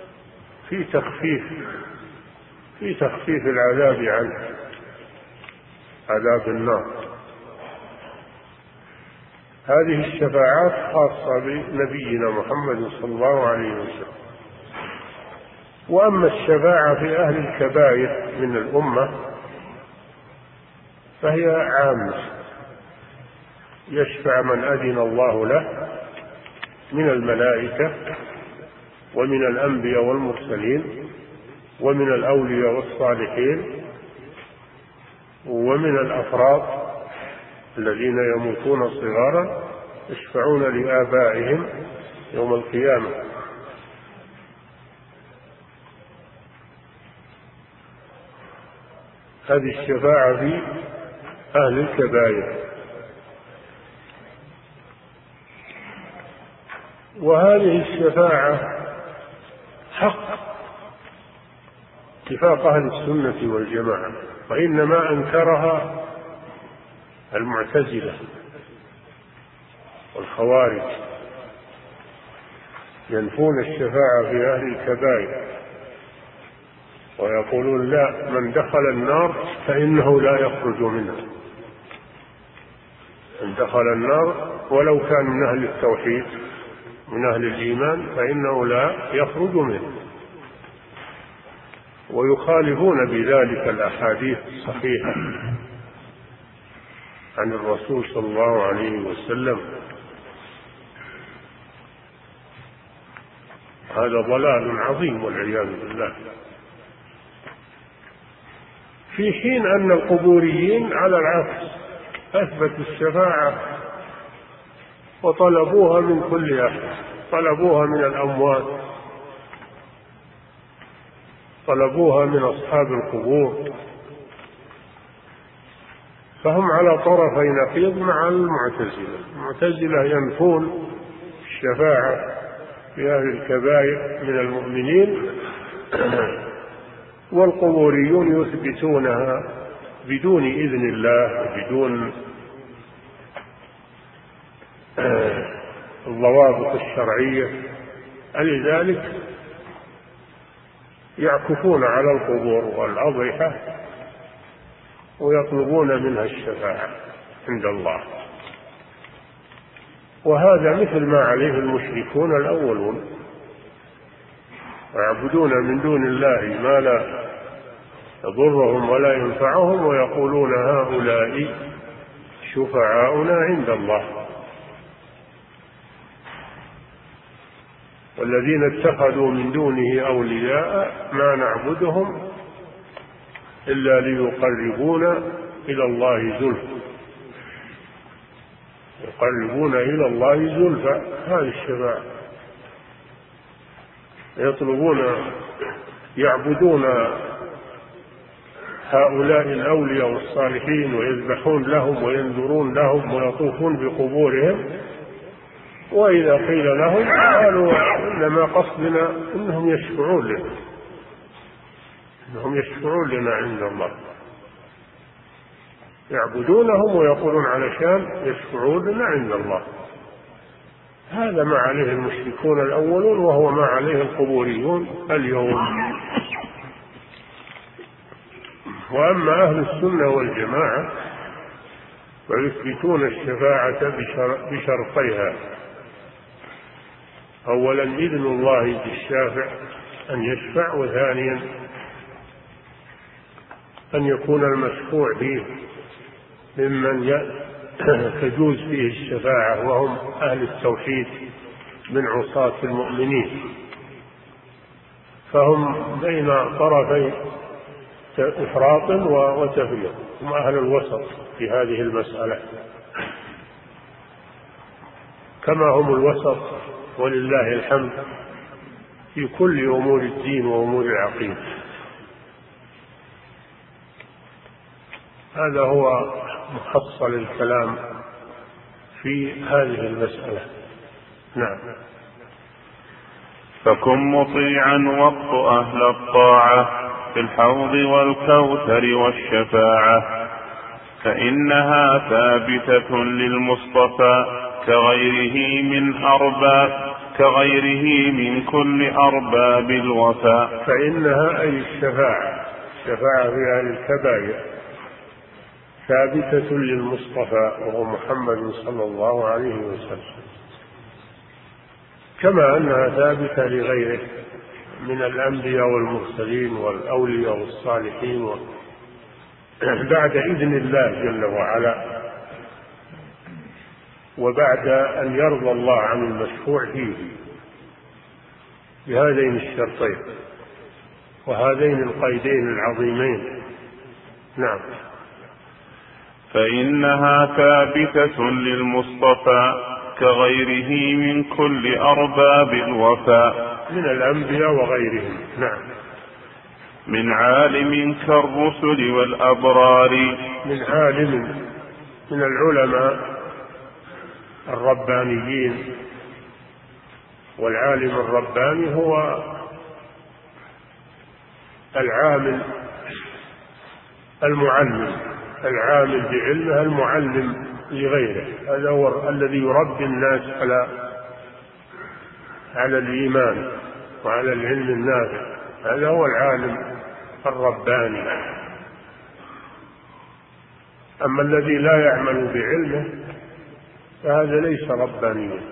في تخفيف في تخفيف العذاب عنه، عذاب النار. هذه الشفاعات خاصة بنبينا محمد صلى الله عليه وسلم. وأما الشفاعة في أهل الكبائر من الأمة فهي عامة، يشفع من أذن الله له من الملائكة ومن الأنبياء والمرسلين ومن الأولياء والصالحين ومن الأفراد الذين يموتون صغارا يشفعون لآبائهم يوم القيامة. هذه الشفاعة في أهل الكبائر. وهذه الشفاعة حق اتفاق أهل السنة والجماعة، وإنما أنكرها المعتزلة والخوارج، ينفون الشفاعة في أهل الكبائر ويقولون لا، من دخل النار فإنه لا يخرج منها. من دخل النار ولو كان من أهل التوحيد من أهل الإيمان فإنه لا يخرج منه. ويخالفون بذلك الأحاديث الصحيحة عن الرسول صلى الله عليه وسلم. هذا ضلال عظيم والعياذ بالله، في حين أن القبوريين على العكس أثبتوا الشفاعة وطلبوها من كل أحد، طلبوها من الأموات، طلبوها من أصحاب القبور. فهم على طرفي نقيض مع المعتزلة. المعتزلة ينفون الشفاعة في أهل الكبائر من المؤمنين، والقبوريون يثبتونها بدون إذن الله وبدون الضوابط الشرعية. لذلك يعكفون على القبور والأضرحة ويطلبون منها الشفاعة عند الله. وهذا مثل ما عليه المشركون الأولون، ويعبدون من دون الله ما لا يضرهم ولا ينفعهم ويقولون هؤلاء شفعاؤنا عند الله. والذين اتخذوا من دونه أولياء ما نعبدهم إلا ليقربونا إلى الله زلفى، يقربون إلى الله زلفى. هذه الشفاعة يطلبون يعبدون هؤلاء الأولياء والصالحين ويذبحون لهم وينذرون لهم ويطوفون بقبورهم، وإذا قيل لهم قالوا إنما قصدنا إنهم يشفعون لنا، إنهم يشفعون لنا عند الله. يعبدونهم ويقولون علشان يشفعون لنا عند الله. هذا ما عليه المشركون الأولون وهو ما عليه القبوريون اليوم. وأما أهل السنة والجماعة فيثبتون الشفاعة بشرطيها: أولا إذن الله للشافع أن يشفع، وثانيا أن يكون المشفوع فيه ممن تجوز فيه الشفاعة وهم أهل التوحيد من عصاة المؤمنين، فهم بين طرفي إفراط وتفريط، هم أهل الوسط في هذه المسألة، كما هم الوسط ولله الحمد في كل أمور الدين وأمور العقيدة. هذا هو محصل الكلام في هذه المسألة. نعم. فكن مطيعا وقت أهل الطاعة في الحوض والكوثر والشفاعة، فإنها ثابتة للمصطفى كغيره من أرباب كغيره من كل أرباب الوفاء. فإنها أي الشفاعة، الشفاعة في أهل الكبائر ثابتة للمصطفى وهو محمد صلى الله عليه وسلم، كما أنها ثابتة لغيره من الأنبياء والمرسلين والأولياء والصالحين بعد إذن الله جل وعلا، وبعد أن يرضى الله عن المشفوع فيه بهذين الشرطين وهذين القيدين العظيمين. نعم. فإنها ثابتة للمصطفى كغيره من كل أرباب الوفاء من الأنبياء وغيرهم. نعم. من عالم كالرسل والأبرار، من عالم من العلماء الربانيين، والعالم الرباني هو العامل المعلم، العامل بعلمه المعلم لغيره، هذا هو الذي يربي الناس على على الإيمان وعلى العلم النافع، هذا هو العالم الرباني. أما الذي لا يعمل بعلمه فهذا ليس ربانيا،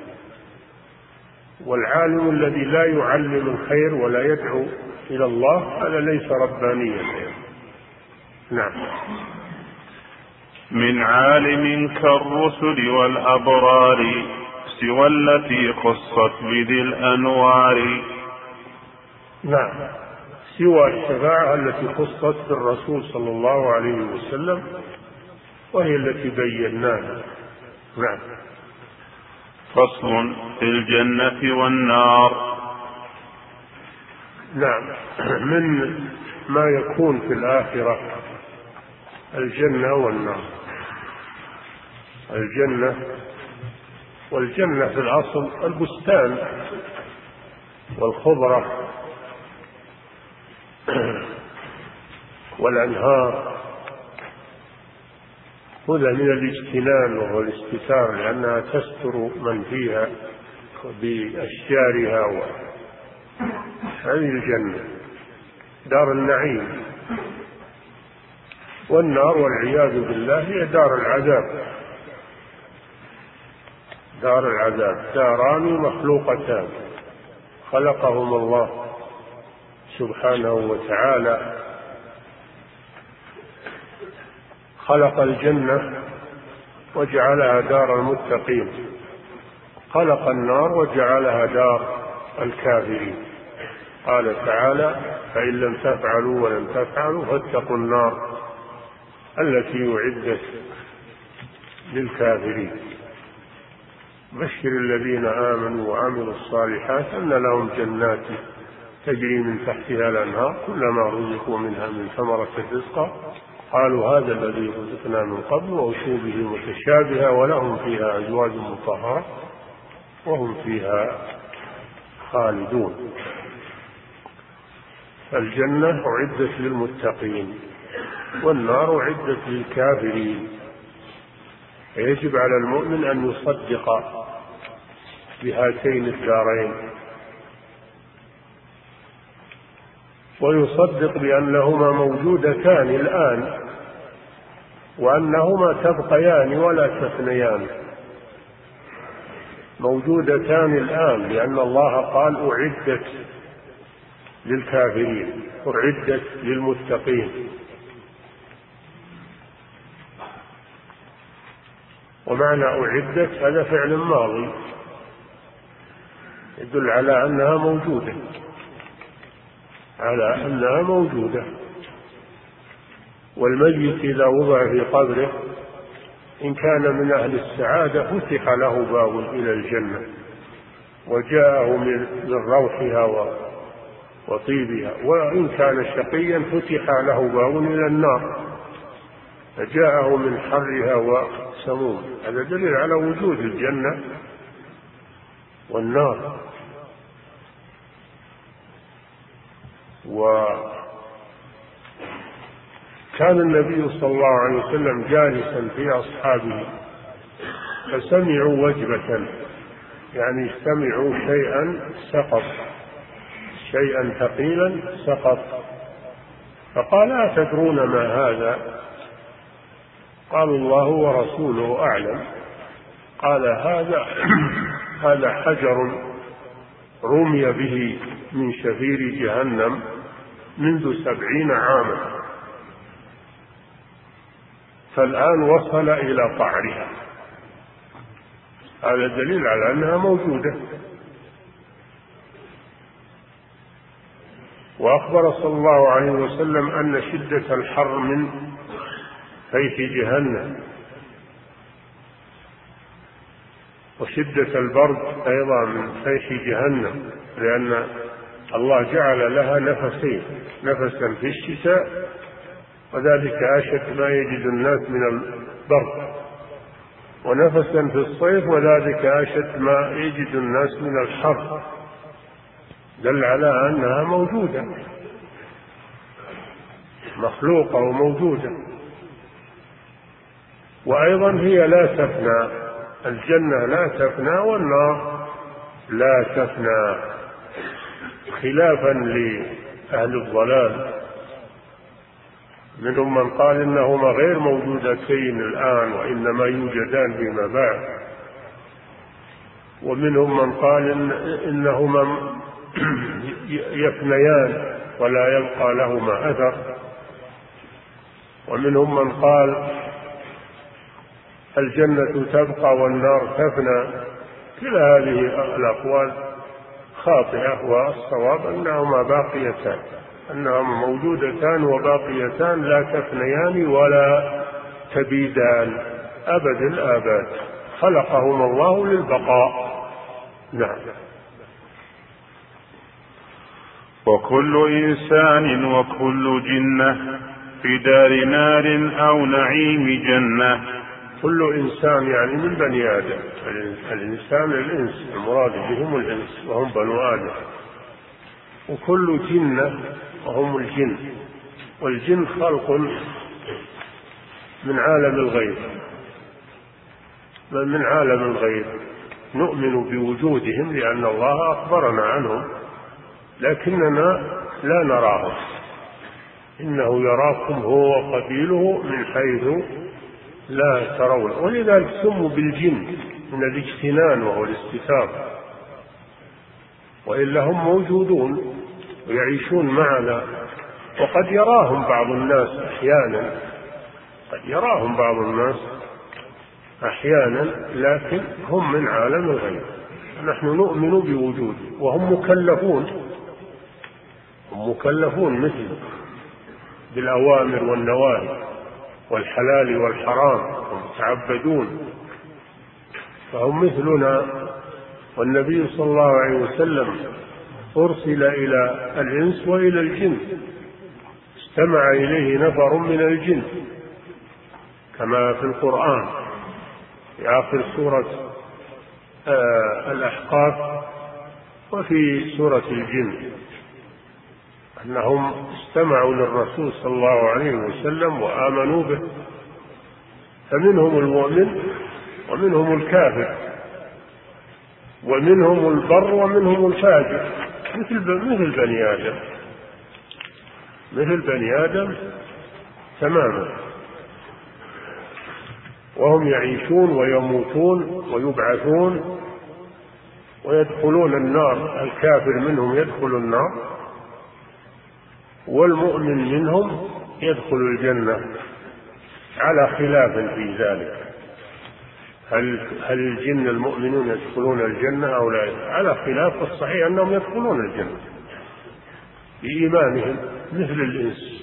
والعالم الذي لا يعلم الخير ولا يدعو إلى الله هذا ليس ربانيا. نعم. من عالم كالرسل والأبرار سوى التي خصت بذي الأنوار. نعم، سوى الشفاعة التي خصت بالرسول صلى الله عليه وسلم وهي التي بيناها. نعم. فصل في الجنة والنار. نعم. من ما يكون في الآخرة الجنة والنار. الجنة والجنة في الأصل البستان والخضرة والأنهار، هذا من الاجتنان وهو الاستتار، لأنها تستر من فيها بأشجارها و... هذه الجنة دار النعيم. والنار والعياذ بالله هي دار العذاب، دار العذاب، داران مخلوقتان خلقهما الله سبحانه وتعالى. خلق الجنة وجعلها دار المتقين، خلق النار وجعلها دار الكافرين. قال تعالى: فإن لم تفعلوا ولم تفعلوا فاتقوا النار التي أعدت للكافرين. بشر الذين آمنوا وعملوا الصالحات أن لهم جنات تجري من تحتها الأنهار كلما رزقوا منها من ثمرة رزقا قالوا هذا الذي رزقنا من قبل وأتوا به متشابها ولهم فيها أزواج مطهرة وهم فيها خالدون. الجنة أعدت للمتقين والنار أعدت للكافرين، يجب على المؤمن أن يصدق بهاتين الدارين، ويصدق بأنهما موجودتان الآن وأنهما تبقيان ولا تفنيان، موجودتان الآن، لأن الله قال أعدت للكافرين أعدت للمتقين. ومعنى أعدت هذا فعل ماضي يدل على أنها موجودة، على أنها موجودة. والميت إذا وضع في قبره إن كان من أهل السعادة فتح له باب إلى الجنة وجاءه من روحها وطيبها، وإن كان شقيا فتح له باب إلى النار فجاءه من حرها وسموم. هذا دليل على وجود الجنة والنار. وكان النبي صلى الله عليه وسلم جالسا في أصحابه فسمعوا وجبة يعني سمعوا شيئا سقط، شيئا ثقيلا سقط، فقال أتدرون ما هذا؟ قالوا الله ورسوله أعلم. قال هذا هذا حجر رمي به من شفير جهنم منذ سبعين عاما، فالآن وصل إلى قعرها. هذا دليل على أنها موجودة. وأخبر صلى الله عليه وسلم أن شدة الحر من فيح جهنم، وشدة البرد أيضا من فيح جهنم، لأن الله جعل لها نفسين، نفسا في الشتاء وذلك أشد ما يجد الناس من البرد، ونفسا في الصيف وذلك أشد ما يجد الناس من الحر، دل على أنها موجودة، مخلوقة وموجودة. وأيضا هي لا تفنى، الجنة لا تفنى والنار لا تفنى، خلافا لأهل الضلال. منهم من قال إنهما غير موجودتين الآن وإنما يوجدان فيما بعد، ومنهم من قال إن إنهما يفنيان ولا يبقى لهما أثر، ومنهم من قال الجنة تبقى والنار تفنى. كلا هذه الأقوال خاطئة، والصواب أنهما باقيتان، أنهما موجودتان وباقيتان لا تفنيان ولا تبيدان أبد الآباد، خلقهما الله للبقاء. نعم. وكل إنسان وكل جنة في دار نار أو نعيم جنة. كل إنسان يعني من بني آدم، الإنسان الإنس، المراد بهم الإنس وهم بنو آدم، وكل جنة وهم الجن، والجن خلق من عالم الغيب، من عالم الغيب نؤمن بوجودهم لأن الله أخبرنا عنهم، لكننا لا نراهم، إنه يراكم هو وقبيله من حيث لا ترون، ولذلك سموا بالجن من الاجتنان وهو الاستتار، وإلا هم موجودون ويعيشون معنا، وقد يراهم بعض الناس أحيانا، قد يراهم بعض الناس أحيانا، لكن هم من عالم الغيب. نحن نؤمن بوجوده وهم مكلفون، هم مكلفون مثل بالأوامر والنواهي والحلال والحرام، هم يتعبدون، فهم مثلنا. والنبي صلى الله عليه وسلم أرسل إلى الإنس وإلى الجن، استمع إليه نفر من الجن كما في القرآن في آخر سورة آه الأحقاف وفي سورة الجن، أنهم استمعوا للرسول صلى الله عليه وسلم وآمنوا به، فمنهم المؤمن ومنهم الكافر، ومنهم البر ومنهم الفاجر، مثل مثل بني آدم، مثل بني آدم تماما، وهم يعيشون ويموتون ويبعثون ويدخلون النار. الكافر منهم يدخل النار، والمؤمن منهم يدخل الجنة، على خلاف في ذلك، هل هل الجن المؤمنون يدخلون الجنة أو لا؟ على خلاف، الصحيح أنهم يدخلون الجنة بإيمانهم مثل الإنس.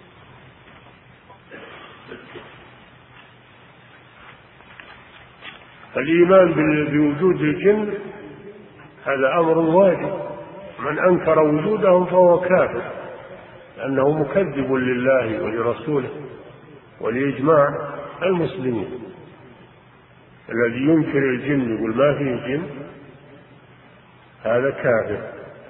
الإيمان بوجود الجن هذا أمر واجب، من أنكر وجودهم فهو كافر، لأنه مكذب لله ولرسوله ولإجماع المسلمين. الذي ينكر الجن يقول ما فيه جن هذا كافر،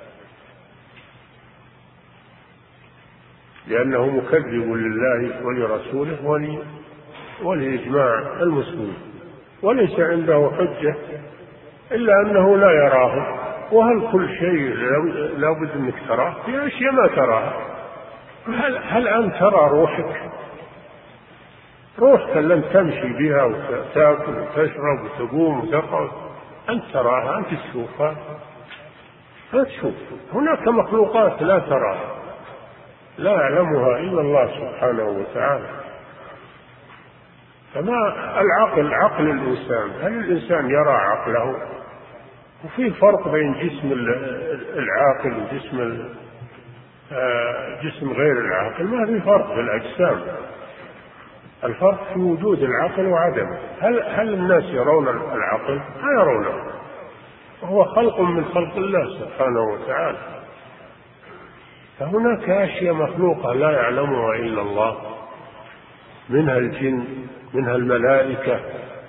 لأنه مكذب لله ولرسوله ولإجماع المسلمين، وليس عنده حجة إلا أنه لا يراهم. وهل كل شيء لا بد أنك تراه؟ في أشياء ما تراها. هل, هل أنت ترى روحك؟ روحك لن تمشي بها وتأكل وتشرب وتقوم وتقعد، أنت تراها، أنت تشوفها، لا تشوف. هناك مخلوقات لا تراها، لا يعلمها إلا الله سبحانه وتعالى. فما العقل، عقل الإنسان، هل الإنسان يرى عقله؟ وفي فرق بين جسم العاقل وجسم جسم غير العاقل. ما في فرق في الأجسام، الفرق في وجود العقل وعدمه. هل هل الناس يرون العقل؟ لا يرونه، وهو خلق من خلق الله سبحانه وتعالى. فهناك أشياء مخلوقة لا يعلمها إلا الله، منها الجن، منها الملائكة،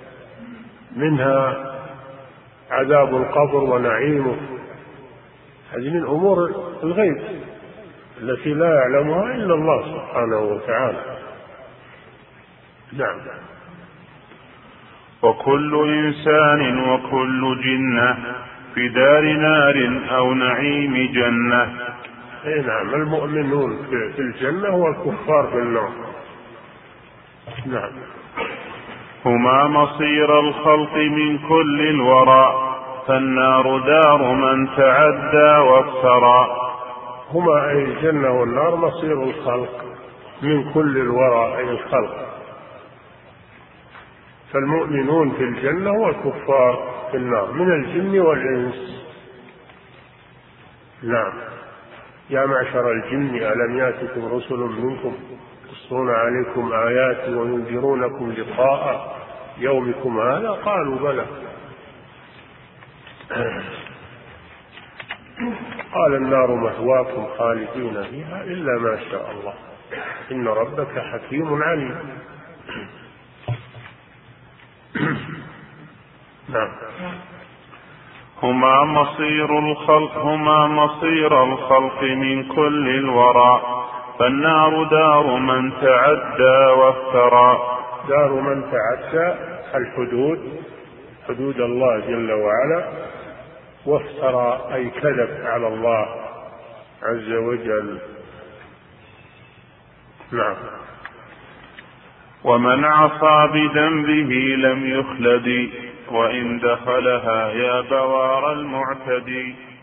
منها عذاب القبر ونعيمه. هذه من أمور الغيب التي لا يعلمها إلا الله سبحانه وتعالى. نعم. وكل إنسان وكل جنة في دار نار أو نعيم جنة. أي نعم، المؤمنون في الجنة والكفار في النار. نعم. هما مصير الخلق من كل الورى، فالنار دار من تعدى وافترى. هما أي الجنة والنار مصير الخلق من كل الورى أي الخلق، فالمؤمنون في الجنة والكفار في النار من الجن والإنس. نعم. يا معشر الجن ألم يأتكم رسل منكم يقصون عليكم آياتي وينذرونكم لقاء يومكم هذا؟ قالوا بلى. قال النار مثواكم خالدين فيها إلا ما شاء الله إن ربك حكيم عليم. نعم. هما مصير الخلق هما مصير الخلق من كل الورى، فالنار دار من تعدى وافترى. دار من تعدى الحدود، حدود الله جل وعلا، وافترى أي كذب على الله عز وجل. نعم. ومن عصى بذنبه لم يخلد، وإن دخلها يا بوار المعتدي.